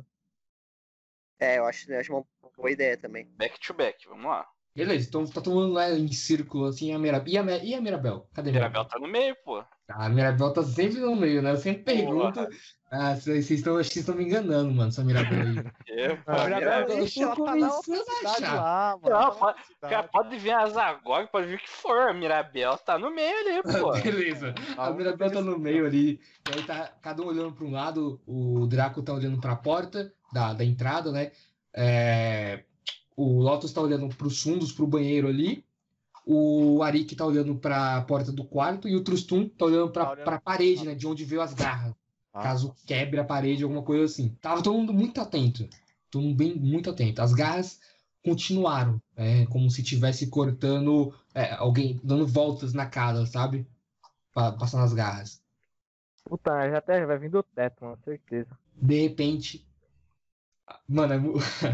É, eu acho, eu acho uma boa ideia também. Back to back, vamos lá. Beleza, então tá todo mundo lá em círculo, assim, a Mirabel. E a, Mi- e a Mirabel? Cadê a Mirabel tá no meio, pô. Ah, a Mirabel tá sempre no meio, né? Eu sempre pergunto. Porra. Ah, vocês estão, acho que vocês estão me enganando, mano, essa Mirabel aí. É, pô, A Ah, Mirabel, eu ixi, tô ela tá na começando outra a cidade achar. lá, mano. Não, ela tá na pode- outra Cara, cidade. pode vir a Zagog, pode vir o que for. A Mirabel tá no meio ali, pô. Beleza. A Ah, Mirabel tá no meio ali. E aí tá cada um olhando para um lado. O Draco tá olhando para a porta da, da entrada, né? É, o Lotus tá olhando para os fundos, para o banheiro ali. O Arik tá olhando para a porta do quarto. E o Trustum tá olhando Tá para olhando- a parede, né? De onde veio as garras. Ah, Caso quebre a parede, alguma coisa assim. Tava todo mundo muito atento. Todo mundo bem, muito atento. As garras continuaram. É, como se estivesse cortando. é, alguém dando voltas na casa, sabe? Pa- Passando as garras. Puta, já até vai vir do teto, mano, certeza. De repente. Mano, é mu-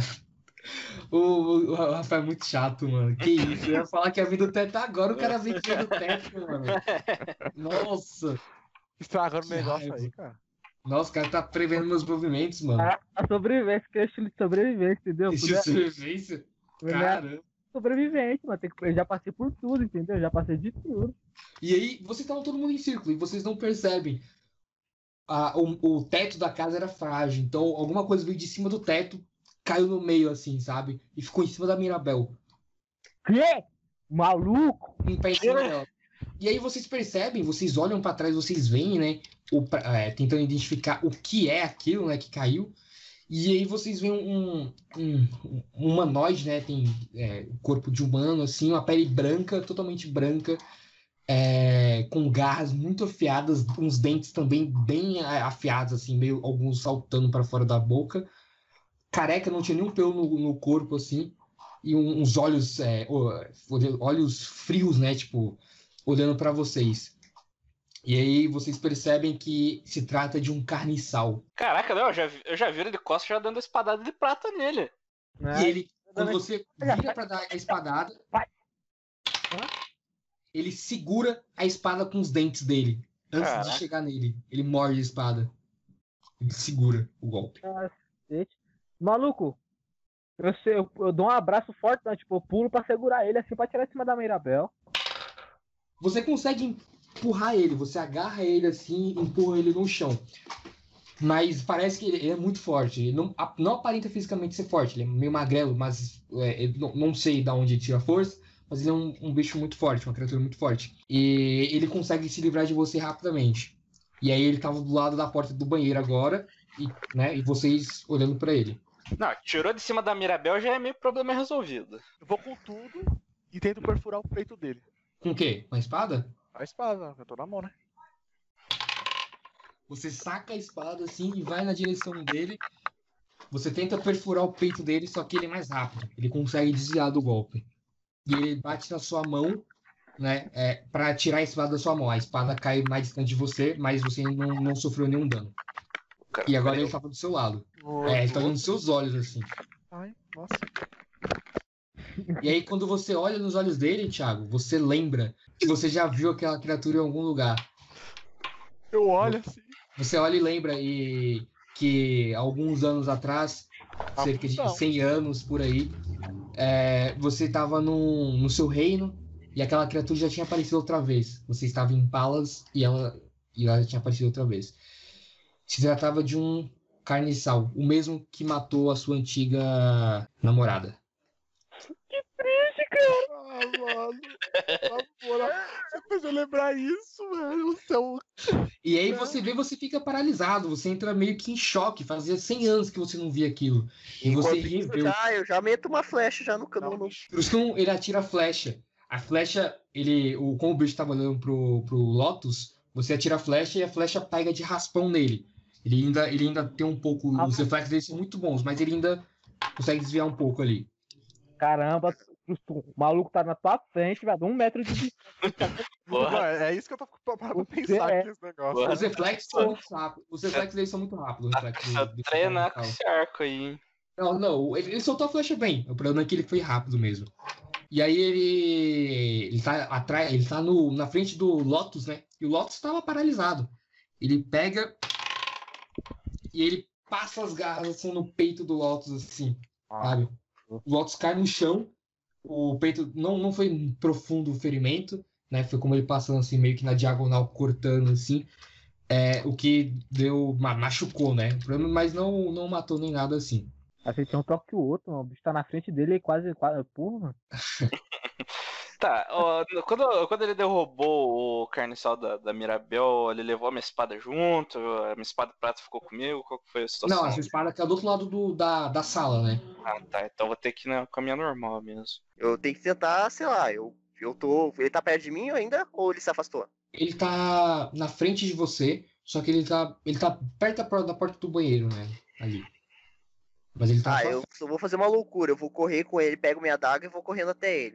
o, o, o Rafael é muito chato, mano. Que isso? Eu ia falar que ia vir do teto agora, o cara vem que veio do teto, mano. Nossa! estragando o que negócio raiva. aí, cara. Nossa, o cara tá prevendo meus movimentos, mano. A, a sobrevivência, que é estilo de sobrevivência, entendeu? Esse Podia- sobrevivência. Caramba. sobrevivente, mano. Tem que, eu já passei por tudo, entendeu? Eu já passei de tudo. E aí, vocês estavam todo mundo em círculo e vocês não percebem. Ah, o, o teto da casa era frágil, então alguma coisa veio de cima do teto, caiu no meio, assim, sabe? E ficou em cima da Mirabel. Que? Maluco? Um pé em cima dela. E aí vocês percebem, vocês olham pra trás, vocês veem, né? O, pra- é, tentando identificar o que é aquilo, né? Que caiu. E aí vocês veem um, um, um humanoide, né? Tem é, o corpo de humano, assim, uma pele branca, totalmente branca, é, com garras muito afiadas, uns dentes também bem é, afiados, assim, meio alguns saltando para fora da boca. Careca, não tinha nenhum pelo no, no corpo, assim, e um- uns olhos, é, o- olhos frios, né? Tipo, olhando para vocês. E aí vocês percebem que se trata de um carniçal. Caraca, não, eu já, vi- eu já vi ele de costas já dando a espadada de prata nele. Né? E ele, quando Vai. você vira para dar a espadada, Vai. ele segura a espada com os dentes dele. Antes Caraca. de chegar nele. Ele morde a espada. Ele segura o golpe. Cacete. Maluco, eu, sei, eu, eu dou um abraço forte, né? Tipo, eu pulo pra segurar ele assim pra tirar de cima da Mirabel. Você consegue empurrar ele, você agarra ele assim, empurra ele no chão. Mas parece que ele é muito forte. Ele não, não aparenta fisicamente ser forte. Ele é meio magrelo, mas é, não, não sei de onde ele tira força. Mas ele é um, um bicho muito forte, uma criatura muito forte. E ele consegue se livrar de você rapidamente. E aí ele tava do lado da porta do banheiro agora, e, né, e vocês olhando pra ele. Não, tirou de cima da Mirabel já é meio problema resolvido. Eu vou com tudo e tento perfurar o peito dele. Com o quê? Com a espada? A espada, eu tô na mão, né? Você saca a espada assim e vai na direção dele. Você tenta perfurar o peito dele, só que ele é mais rápido. Ele consegue desviar do golpe. E ele bate na sua mão, né? É, pra tirar a espada da sua mão. A espada cai mais distante de você, mas você não, não sofreu nenhum dano. Cara, E agora ele tava do seu lado. É, ele tá olhando nos seus olhos, assim. Ai, nossa. E aí, quando você olha nos olhos dele, Thiago, você lembra que você já viu aquela criatura em algum lugar. Eu olho assim. Você olha e lembra e que alguns anos atrás, Ah, cerca de não. cem anos por aí, é, você estava no, no seu reino e aquela criatura já tinha aparecido outra vez. Você estava em Palas e ela, e ela já tinha aparecido outra vez. Se tratava de um carniçal, o mesmo que matou a sua antiga namorada. Ah, mano. Na moral, você fez eu lembrar isso, velho. O céu. E aí você vê, você fica paralisado, você entra meio que em choque. Fazia cem anos que você não via aquilo. E você Enquanto isso, reveu. já, eu já meto uma flecha já no Não, cano. No... Truscão, ele atira a flecha. A flecha, ele, o, como o bicho estava olhando pro, pro Lotus, você atira a flecha e a flecha pega de raspão nele. Ele ainda, ele ainda tem um pouco. Ah, Os reflexos dele são muito bons, mas ele ainda consegue desviar um pouco ali. Caramba, o maluco tá na tua frente, velho, um metro de distância. Porra. Não, é isso que eu tô parando pra Você pensar é. aqui, esse negócio. Porra. Os reflexos são muito rápidos. Os reflexos dele são muito rápidos. os reflexos Precisa do- do treinar com carniçal. esse arco aí, hein? Não, não, ele, ele soltou a flecha bem. O problema é que ele foi rápido mesmo. E aí ele. Ele tá atrás. Ele tá no, na frente do Lotus, né? E o Lotus tava paralisado. Ele pega. E ele passa as garras assim no peito do Lotus, assim, sabe? O Lotus cai no chão. O peito não, não foi um profundo ferimento, né? Foi como ele passando assim, meio que na diagonal, cortando assim. É, o que deu. ma- Machucou, né? O problema, mas não, não matou nem nada assim. Assim, tinha um toque que o outro, mano. O bicho tá na frente dele e quase, quase. Porra, mano. Tá, ó, quando, quando ele derrubou o carniçal da, da Mirabel, ele levou a minha espada junto, a minha espada prata ficou comigo, qual que foi a situação? Não, essa espada caiu do outro lado do, da, da sala, né? Ah, tá, então vou ter que ir na, com a minha normal mesmo. Eu tenho que tentar, sei lá, eu, eu tô. Ele tá perto de mim ainda ou ele se afastou? Ele tá na frente de você, só que ele tá, ele tá perto da porta, da porta do banheiro, né? Ali. Mas ele tá Ah, só- eu só vou fazer uma loucura. Eu vou correr com ele, pego minha adaga e vou correndo até ele.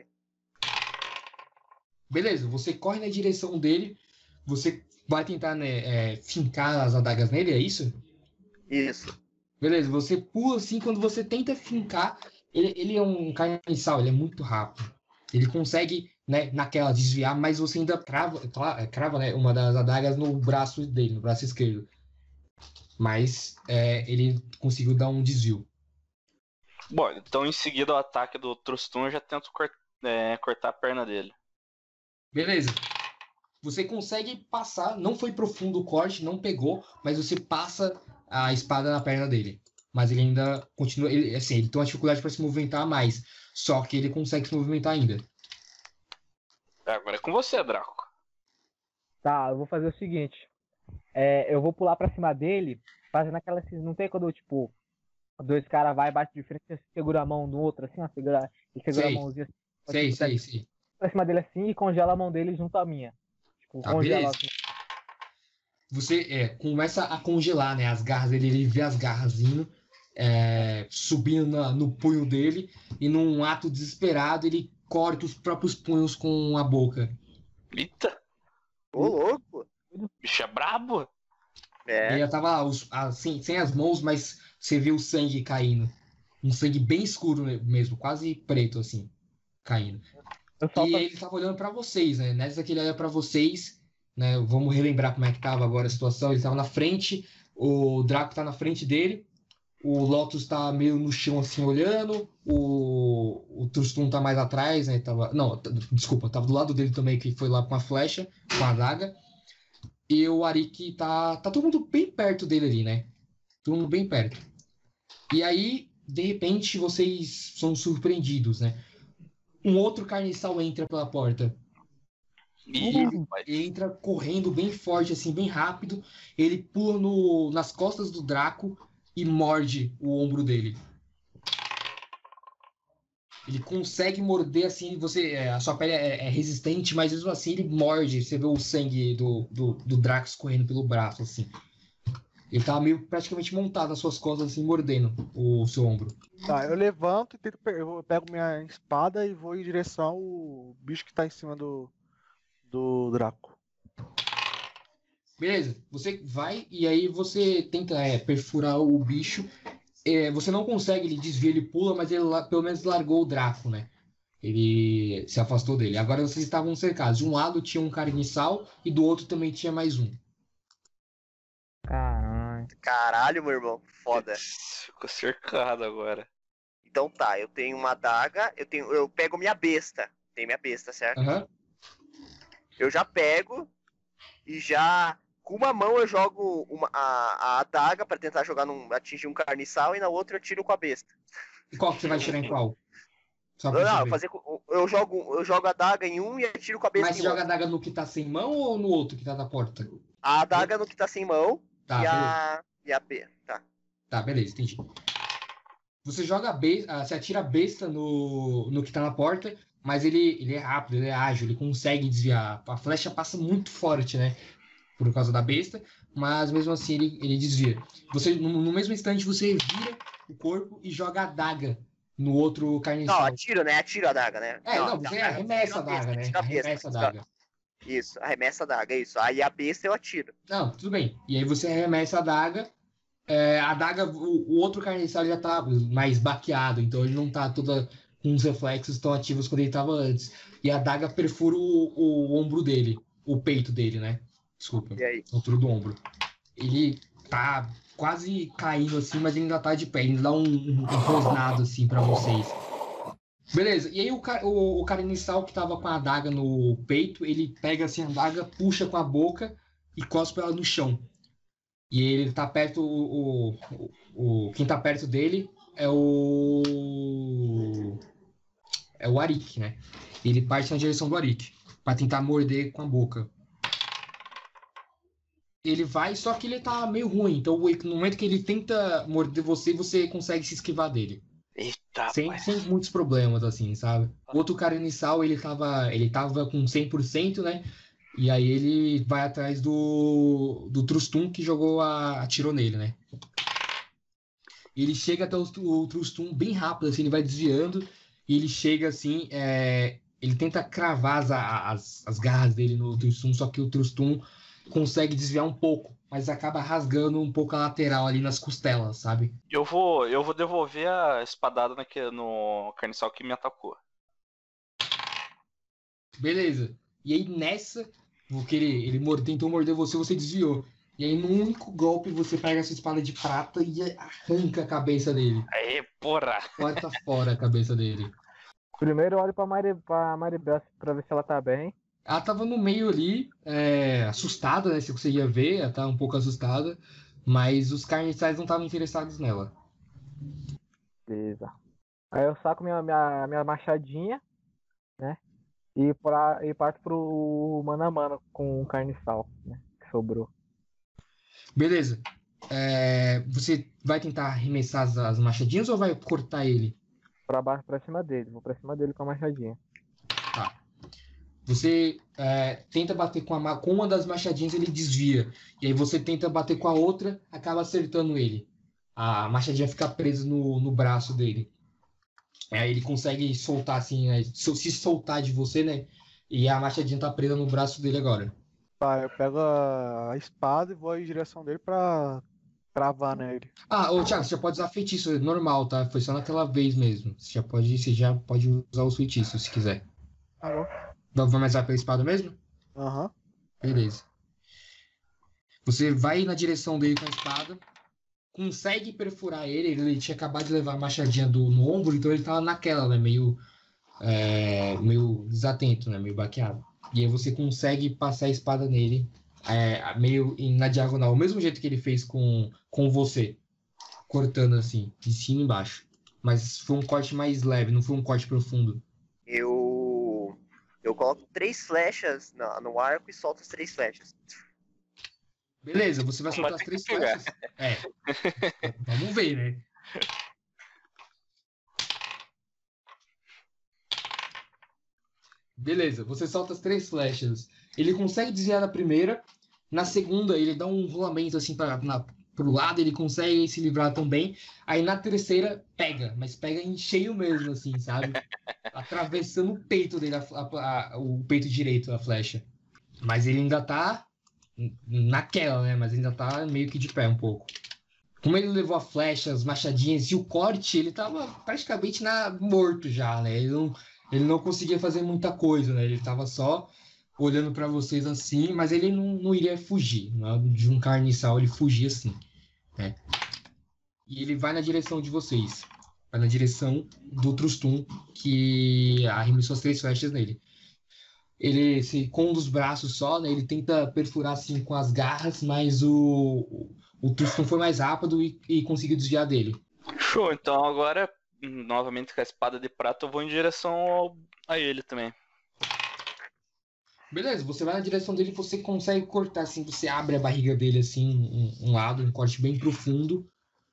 Beleza, você corre na direção dele, você vai tentar, né, é, fincar as adagas nele, é isso? Isso. Beleza, você pula assim, quando você tenta fincar, ele, ele é um carniçal, ele é muito rápido. Ele consegue, né, naquela desviar, mas você ainda crava, cla- crava, né, uma das adagas no braço dele, no braço esquerdo. Mas é, ele conseguiu dar um desvio. Bom, então em seguida ao ataque do Trustum, eu já tento cor- é, cortar a perna dele. Beleza. Você consegue passar, não foi profundo o corte, não pegou, mas você passa a espada na perna dele. Mas ele ainda continua, ele, assim, ele tem uma dificuldade para se movimentar mais, só que ele consegue se movimentar ainda. Agora é com você, Draco. Tá, eu vou fazer o seguinte. É, eu vou pular pra cima dele, fazendo aquela. Não tem quando, tipo, dois caras vai, bate de frente, você segura a mão do outro, assim, ó, segura, ele segura Sei. a mãozinha assim, Sei, sei, sei. pra cima dele assim e congela a mão dele junto à minha. Tipo, Tá, congela beleza. assim. Você é, começa a congelar, né, as garras dele, ele vê as garras indo, é, subindo na- no punho dele, e num ato desesperado ele corta os próprios punhos com a boca. Eita, Ô, louco. bicho é brabo. É. Ele já tava lá, os- assim, sem as mãos, mas você viu o sangue caindo. Um sangue bem escuro né, mesmo, quase preto, assim, caindo. Eu solto E a- ele tava olhando pra vocês, né? Nessa que ele olha pra vocês, né? Vamos relembrar como é que tava agora a situação. Ele tava na frente, o Draco tá na frente dele, O Lotus tá meio no chão assim olhando. O, o Trustum tá mais atrás, né? Tava, não, t- desculpa, tava do lado dele também, que foi lá com a flecha, com a adaga. E o Arik tá, tá todo mundo bem perto dele ali, né? Todo mundo bem perto. E aí, de repente, vocês são surpreendidos, né? Um outro carniçal entra pela porta. Ih, Ele entra correndo bem forte, assim, bem rápido. Ele pula no, nas costas do Draco e morde o ombro dele. Ele consegue morder assim, você, é, a sua pele é, é resistente, mas mesmo assim ele morde. Você vê o sangue do, do, do Draco escorrendo pelo braço, assim. Ele tava meio praticamente montado nas suas costas, assim, mordendo o seu ombro. Tá, eu levanto e tento, pe- eu pego minha espada e vou em direção ao bicho que tá em cima do, do Draco. Beleza, você vai e aí você tenta é, perfurar o bicho. É, você não consegue, ele desvia, ele pula, mas ele la- pelo menos largou o Draco, né? Ele se afastou dele. Agora vocês estavam cercados. De um lado tinha um carniçal e do outro também tinha mais um. Caralho. Caralho, meu irmão. Foda. ficou cercado agora. Então tá, eu tenho uma adaga, eu tenho, eu pego minha besta. Tem minha besta, certo? Aham. Eu já pego e já com uma mão eu jogo uma, a, a adaga pra tentar jogar num, atingir um carniçal e na outra eu tiro com a besta. E qual que você vai tirar em qual? Só pra Não, não, saber. eu, fazer, com- eu jogo eu jogo a adaga em um e atiro com a besta Mas em você joga a outro. daga no que tá sem mão ou no outro que tá na porta? A adaga no que tá sem mão Tá, e beleza. a e a B, tá. Tá, beleza, entendi. Você joga a besta, você atira a besta no, no que tá na porta, mas ele, ele é rápido, ele é ágil, ele consegue desviar. A flecha passa muito forte, né? Por causa da besta, mas mesmo assim ele, ele desvia. Você, no, no mesmo instante, você vira o corpo e joga a adaga no outro Não, carniçal. atiro, né? Atiro a adaga, né? É, não, tá, você tá, arremessa a atiro besta, adaga, né? atiro a besta, Arremessa a atiro a- adaga. Isso, arremessa a adaga, isso. Aí a besta eu atiro. Não, tudo bem. E aí você arremessa a adaga. É, a adaga, o, o outro carniçal já tá mais baqueado, então ele não tá toda com os reflexos tão ativos quando ele tava antes. E a adaga perfura o, o ombro dele, o peito dele, né? Desculpa, E aí? a altura do ombro. Ele tá quase caindo assim, mas ele ainda tá de pé. Ele dá um, um, um rosnado assim pra vocês. Beleza, e aí o, ca- o, o carniçal que tava com a adaga no peito, ele pega assim a adaga, puxa com a boca e cospe ela no chão. E ele tá perto, o, o, o- quem tá perto dele é o é o Arik, né? Ele parte na direção do Arik pra tentar morder com a boca. Ele vai, só que ele tá meio ruim, então no momento que ele tenta morder você, você consegue se esquivar dele. Eita, Sem, pai. sem muitos problemas, assim, sabe? O outro cara inicial, ele tava, ele tava com cem por cento, né? E aí ele vai atrás do, do Trustum que jogou a, atirou nele, né? Ele chega até o, o Trustum bem rápido, assim, ele vai desviando. E ele chega assim, é, ele tenta cravar as, as, as garras dele no Trustum, só que o Trustum consegue desviar um pouco, mas acaba rasgando um pouco a lateral ali nas costelas, sabe? Eu vou, eu vou devolver a espadada naque- no carniçal que me atacou. Beleza. E aí nessa, porque ele, ele morde- tentou morder você, você desviou. E aí no único golpe você pega a sua espada de prata e arranca a cabeça dele. Aê, porra! Corta fora a cabeça dele. Primeiro eu olho pra, Mari, pra Maribel pra ver se ela tá bem. Ela tava no meio ali, é, assustada, né? Você conseguia ver, ela tava um pouco assustada. Mas os carniçais não estavam interessados nela. Beleza. Aí eu saco minha, minha, minha machadinha, né? E, pra, e parto pro mano a mano com o carniçal, né? Que sobrou. Beleza. É, você vai tentar arremessar as, as machadinhas ou vai cortar ele? Pra baixo, pra cima dele. Vou pra cima dele com a machadinha. Tá. Você é, tenta bater com, a, ma- com uma das machadinhas, ele desvia. E aí você tenta bater com a outra, acaba acertando ele. A machadinha fica presa no, no braço dele. Aí ele consegue soltar assim, né, so- se soltar de você, né? E a machadinha tá presa no braço dele agora. Tá, eu pego a a espada e vou em direção dele pra travar nele. Ah, ô Thiago, você já pode usar feitiço, é normal, tá? Foi só naquela vez mesmo. Você já pode, você já pode usar os feitiços se quiser. Tá bom. Vai começar pela espada mesmo? Aham. Beleza. Você vai na direção dele com a espada. consegue perfurar ele, ele tinha acabado de levar a machadinha do, no ombro, então ele tava naquela, né? Meio, é, meio desatento, né? Meio baqueado. E aí você consegue passar a espada nele, é, meio na diagonal, o mesmo jeito que ele fez com, com você, cortando assim, de cima e embaixo. Mas foi um corte mais leve, não foi um corte profundo. Eu. Eu coloco três flechas no, no arco e solto as três flechas. Beleza, você vai soltar Mas as três tem que pegar. flechas. É. Vamos ver, né? Beleza, você solta as três flechas. Ele consegue desviar da primeira. Na segunda, ele dá um rolamento assim para na, pro lado, ele consegue se livrar também. Aí na terceira, pega, mas pega em cheio mesmo, assim, sabe? Atravessando o peito dele, a, a, a, o peito direito, a flecha. Mas ele ainda tá naquela, né? Mas ainda tá meio que de pé um pouco. Como ele levou a flecha, as machadinhas e o corte, ele tava praticamente na, morto já, né? Ele não, ele não conseguia fazer muita coisa, né? Ele tava só olhando pra vocês assim, mas ele não, não iria fugir. Né? De um carniçal, ele fugia assim, né? E ele vai na direção de vocês. Vai na direção do Trustum, que arremessou as três flechas nele. Ele, se, com um dos braços só, né, ele tenta perfurar assim com as garras, mas o, o Trustum foi mais rápido e, e conseguiu desviar dele. Show, então agora, novamente com a espada de prata, eu vou em direção ao, a ele também. Beleza, você vai na direção dele e você consegue cortar, assim, você abre a barriga dele, assim, um, um lado, um corte bem profundo.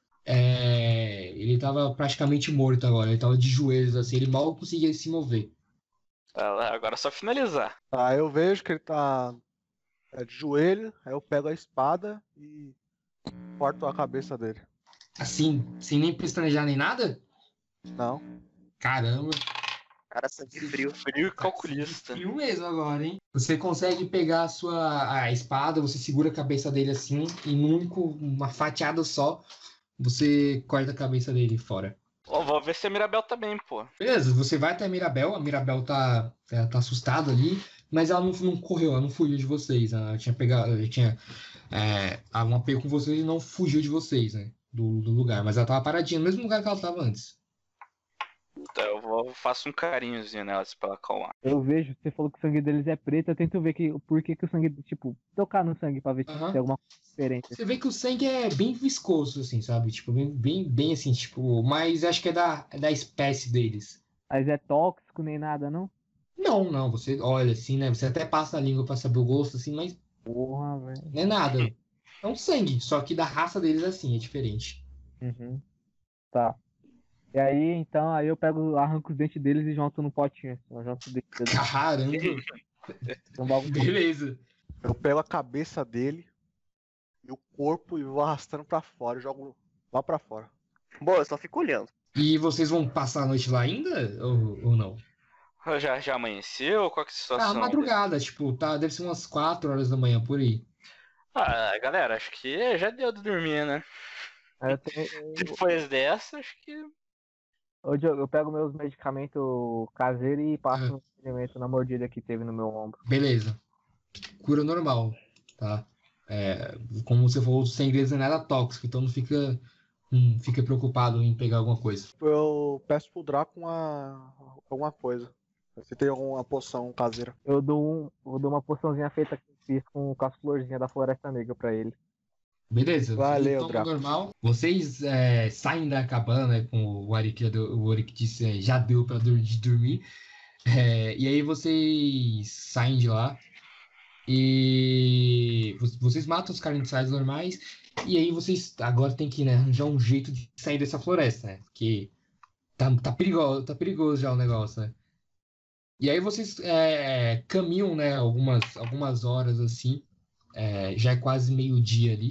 É, ele tava praticamente morto agora, ele tava de joelhos, assim, ele mal conseguia se mover. Agora é só finalizar. Tá, eu vejo que ele tá é, de joelho, aí eu pego a espada e corto a cabeça dele. Assim, sem nem pestanejar nem nada? Não. Caramba. Cara, sangue frio. Frio e calculista. Frio mesmo agora, hein? Você consegue pegar a sua a espada, você segura a cabeça dele assim, e num único, uma fatiada só, você corta a cabeça dele fora. Ó, vou ver se a Mirabel tá bem, pô. Beleza, você vai até a Mirabel, a Mirabel tá, ela tá assustada ali, mas ela não, não correu, ela não fugiu de vocês. Ela tinha pegado, ela tinha é, um apego com vocês e não fugiu de vocês, né? Do, do lugar, mas ela tava paradinha no mesmo lugar que ela tava antes. Então eu vou, faço um carinhozinho nelas pra ela acalmar. Eu vejo, você falou que o sangue deles é preto, eu tento ver que, por que, que o sangue, tipo, tocar no sangue pra ver se Aham. tem alguma coisa diferente. Você vê que o sangue é bem viscoso, assim, sabe? Tipo, bem, bem, bem assim, tipo, mas acho que é da, é da espécie deles. Mas é tóxico nem nada, não? Não, não, você olha assim, né? Você até passa a língua pra saber o gosto, assim, mas Porra, velho. não é nada. É um sangue, só que da raça deles é assim, é diferente. Uhum. Tá. E aí, então, aí eu pego, arranco os dentes deles e junto no potinho. Eu junto os dentes deles. Caramba, Um bagulho. beleza. Eu pego a cabeça dele e o corpo e vou arrastando pra fora, e jogo lá pra fora. Bom, eu só fico olhando. E vocês vão passar a noite lá ainda? Ou, ou não? Já, já amanheceu? Qual que é a Ah, situação? madrugada, tipo, tá, deve ser umas quatro horas da manhã por aí. Ah, galera, acho que já deu de dormir, né? Aí eu, tenho, Depois dessa, acho que. eu, eu, eu pego meus medicamentos caseiros e passo Aham. um experimento na mordida que teve no meu ombro. Beleza. Cura normal, tá? É, como você falou, o segredo não é nada tóxico, então não fica, hum, fica preocupado em pegar alguma coisa. Eu peço pro Draco uma, alguma coisa. Se tem alguma poção caseira. Eu dou, um, eu dou uma poçãozinha feita que eu fiz com, com as florzinhas da Floresta Negra pra ele. Beleza? Valeu, Vocês tomam Draco. normal. Vocês é, saem da cabana, né, com o Arik, já deu- o Arik disse, é, já deu pra dur- de dormir. É, e aí vocês saem de lá e vo- vocês matam os carniçais normais. E aí vocês agora tem que, né, arranjar um jeito de sair dessa floresta, né? Porque tá, tá perigoso, tá perigoso já o negócio, né? E aí vocês é, caminham, né, algumas, algumas horas assim. É, já é quase meio-dia ali.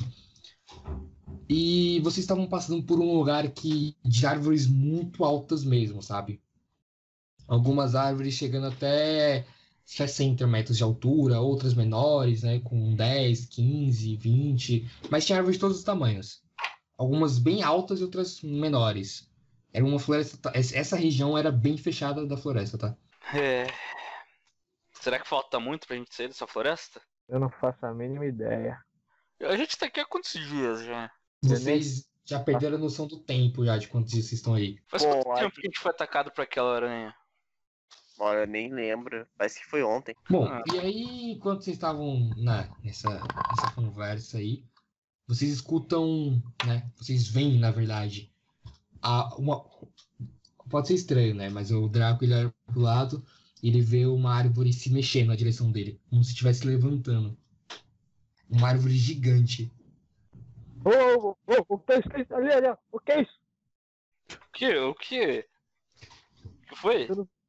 E vocês estavam passando por um lugar que de árvores muito altas mesmo, sabe? Algumas árvores chegando até sessenta metros de altura, outras menores, né? Com dez, quinze, vinte. Mas tinha árvores de todos os tamanhos. Algumas bem altas e outras menores. Era uma floresta. Essa região era bem fechada da floresta, tá? É... Será que falta muito pra gente sair dessa floresta? Eu não faço a mínima ideia. A gente tá aqui há quantos dias já? Vocês já perderam a noção do tempo já, de quantos dias vocês estão aí. Faz Bom, quanto tempo aqui- que a gente foi atacado por aquela aranha? Olha, eu nem lembro. Parece que foi ontem. Bom, Ah. e aí, enquanto vocês estavam na, nessa, nessa conversa aí, vocês escutam, né? Vocês veem, na verdade, a, uma... Pode ser estranho, né? Mas o Draco, ele olha pro lado e ele vê uma árvore se mexendo na direção dele, como se estivesse levantando. Uma árvore gigante. Ô, ô, ô, o que é isso? Ali, ali, ó. O que é isso? O que? O que? O que foi?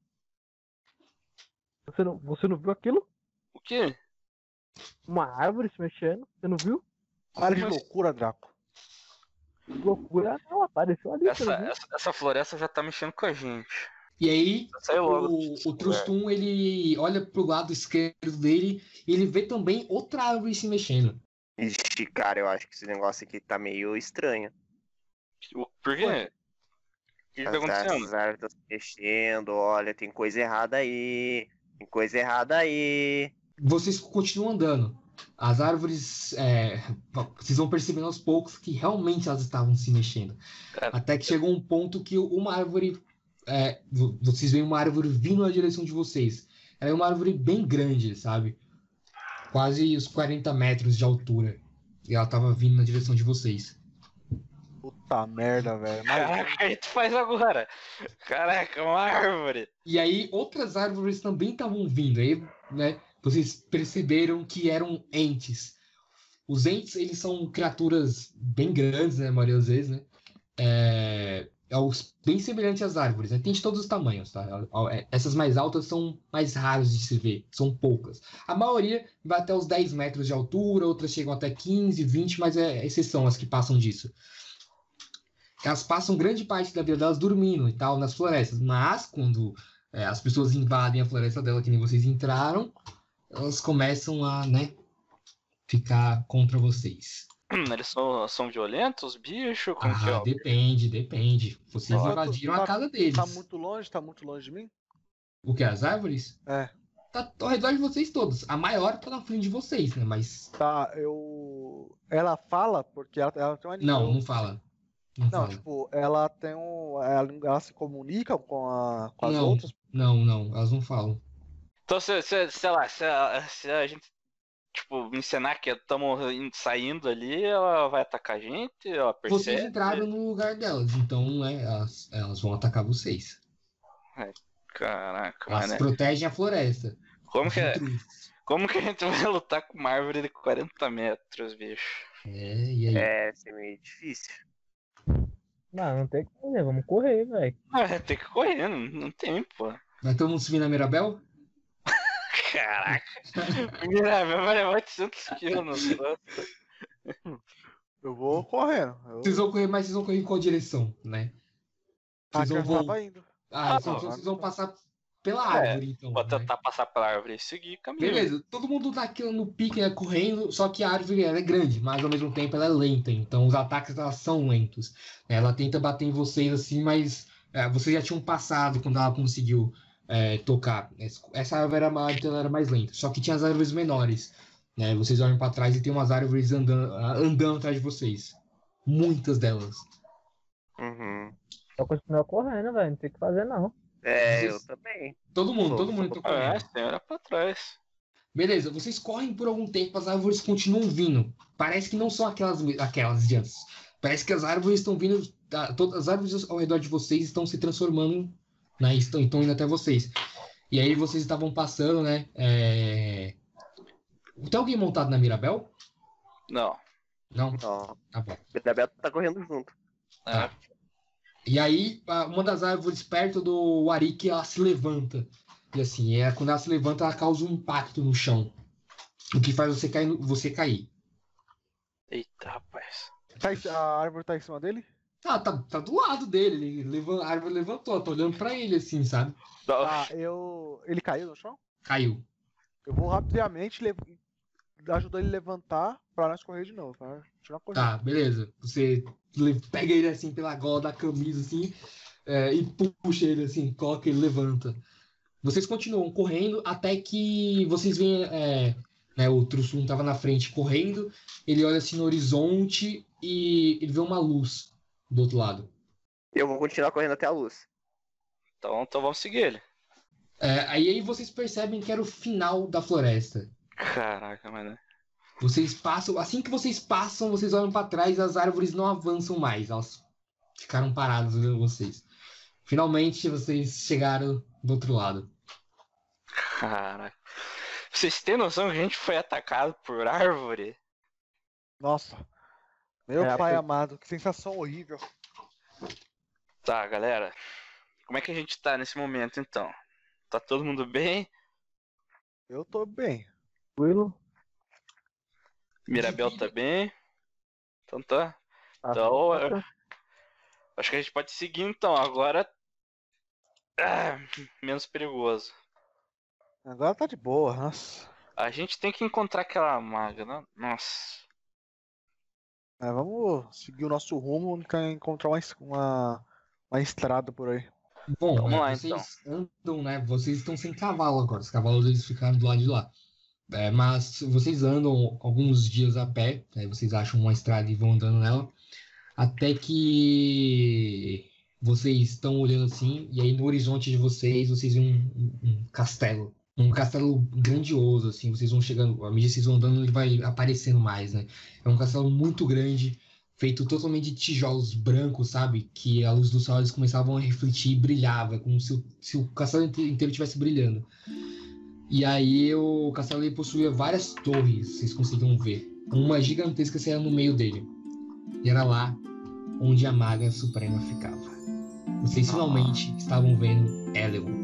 Você não, você não viu aquilo? O que? Uma árvore se mexendo? Você não viu? Para de loucura, Draco. Que loucura, não, apareceu ali. Essa, você não viu? essa, essa floresta já tá mexendo com a gente. E aí, Saiu logo. o, o Trustum, ele olha pro lado esquerdo dele e ele vê também outra árvore se mexendo. Ixi, cara, eu acho que esse negócio aqui tá meio estranho. O- Por quê? Ué. O que, que tá As, acontecendo? as árvores estão se mexendo, olha, tem coisa errada aí. Tem coisa errada aí. Vocês continuam andando. As árvores, é, vocês vão percebendo aos poucos que realmente elas estavam se mexendo. Cara, Até que chegou um ponto que uma árvore, é, vo- vocês veem uma árvore vindo na direção de vocês. Ela é uma árvore bem grande, sabe? Quase os quarenta metros de altura. E ela tava vindo na direção de vocês. Puta merda, velho. Mas Caraca, a gente faz agora. Caraca, uma árvore. E aí outras árvores também estavam vindo. Aí, né, vocês perceberam que eram entes. Os entes, eles são criaturas bem grandes, né, a maioria das vezes, né? É, é os- bem semelhante às árvores, né? Tem de todos os tamanhos, tá? É, essas mais altas são mais raras de se ver, são poucas. A maioria vai até os dez metros de altura, outras chegam até quinze, vinte, mas é exceção as que passam disso. Elas passam grande parte da vida delas dormindo e tal, nas florestas. Mas, quando é, as pessoas invadem a floresta dela, que nem vocês entraram, elas começam a, né, ficar contra vocês. Hum, Eles são, são violentos, bicho? Como que é? Ah, depende, depende. Vocês Ó, invadiram tá- a casa deles. tá muito longe, tá muito longe de mim? O que? As árvores? É. Tá ao redor de vocês todos. A maior tá na frente de vocês, né? Mas. Tá, eu. Ela fala porque ela, ela tem uma língua. Não, não fala. Não, Não, fala. tipo, ela tem um. Ela, ela se comunica com, a, com as Não. outras. Não, não, elas não falam. Então, se, se, sei lá, se a, se a gente, tipo, encenar que estamos saindo ali, ela vai atacar a gente? Ela Vocês percebe? entraram no lugar delas, então, né, elas, elas vão atacar vocês. Caraca, Elas mas, né? protegem a floresta. Como que, é, Intrusos. como que a gente vai lutar com uma árvore de quarenta metros, bicho? É, e aí? É, isso é meio difícil. Não, não tem o que fazer, vamos correr, velho. Ah, tem que correr, não, não tem, pô. Vai todo mundo subir na Mirabel? Caraca. Mirabel vai levar oitocentos quilos no troço. Eu vou correndo. Eu... Vocês vão correr, mas vocês vão correr em qual direção, né? Ah, Vocês que vão eu vol- tava indo. Ah, Ah, então não, vocês vão passar pela É, árvore, então. Vou né? tentar passar pela árvore e seguir caminho. Beleza, todo mundo naquilo no pique, né, correndo, só que a árvore ela é grande, mas ao mesmo tempo ela é lenta, então os ataques elas são lentos. Ela tenta bater em vocês assim, mas é, vocês já tinham passado quando ela conseguiu é, tocar. Essa árvore era maior, então ela era mais lenta. Só que tinha as árvores menores, né? Vocês olham para trás e tem umas árvores andando, andando atrás de vocês. Muitas delas. Uhum. Só continuar correndo, velho, não tem o que fazer, não. É, eu Vocês- também. Todo mundo, Pô, todo mundo tá Ah, correndo. senhora pra trás. Beleza, vocês correm por algum tempo, as árvores continuam vindo. Parece que não são aquelas, aquelas de antes. Parece que as árvores estão vindo. tá, Todas as árvores ao redor de vocês estão se transformando, né? Estão, estão indo até vocês. E aí vocês estavam passando, né? É... Tem alguém montado na Mirabel? Não. Não? Ó, Tá bom. o Bedabeto tá correndo junto. Tá. E aí, a- uma das árvores perto do Arik, ela se levanta. E assim, é, quando ela se levanta, ela causa um impacto no chão. O que faz você cair. no- Você cair. Eita, rapaz. Tá em- a árvore tá em cima dele? Ah, tá, tá do lado dele. Ele levan- a árvore levantou, tá olhando pra ele assim, sabe? Tá, eu. Ele caiu no chão? Caiu. Eu vou rapidamente le... ajudar ele a levantar pra nós correr de novo. Pra continuar correndo. Tá, beleza. Você le- pega ele assim pela gola da camisa assim é, e puxa ele assim, coloca ele levanta. Vocês continuam correndo até que vocês veem, é, né, o Trussum tava na frente correndo, ele olha assim no horizonte e ele vê uma luz do outro lado. Eu vou continuar correndo até a luz. Então, então vamos seguir ele. É, aí, aí vocês percebem que era o final da floresta. Caraca, mano. Vocês passam, assim que vocês passam, vocês olham pra trás, as árvores não avançam mais, elas ficaram paradas olhando vocês. Finalmente vocês chegaram do outro lado. Caraca. Vocês têm noção que a gente foi atacado por árvore? Nossa. Meu É, pai foi- amado, que sensação horrível. Tá, galera. Como é que a gente tá nesse momento, então? Tá todo mundo bem? Eu tô bem. Tranquilo. Mirabel tá bem? Então tá. Tá Então, bom. eu- acho que a gente pode seguir, então. Agora... Ah, menos perigoso. Agora tá de boa, nossa. A gente tem que encontrar aquela maga, né? Nossa. É, vamos seguir o nosso rumo e encontrar uma, es- uma, uma estrada por aí. Bom, Vamos é, lá, vocês andam, né? Vocês estão sem cavalo agora. Os cavalos eles ficaram do lado de lá. É, mas vocês andam alguns dias a pé, aí vocês acham uma estrada e vão andando nela, até que vocês estão olhando assim, e aí no horizonte de vocês, vocês veem um, um- um castelo. Um castelo grandioso, assim, vocês vão chegando, à medida que vocês vão andando, ele vai aparecendo mais, né? É um castelo muito grande, feito totalmente de tijolos brancos, sabe? Que a luz do sol eles começavam a refletir e brilhava, como se o, se o castelo inte- inteiro estivesse brilhando. E aí o castelo ele possuía várias torres, vocês conseguiam ver. Uma gigantesca saía no meio dele. E era lá onde a Maga Suprema ficava. Vocês finalmente estavam vendo Eleon.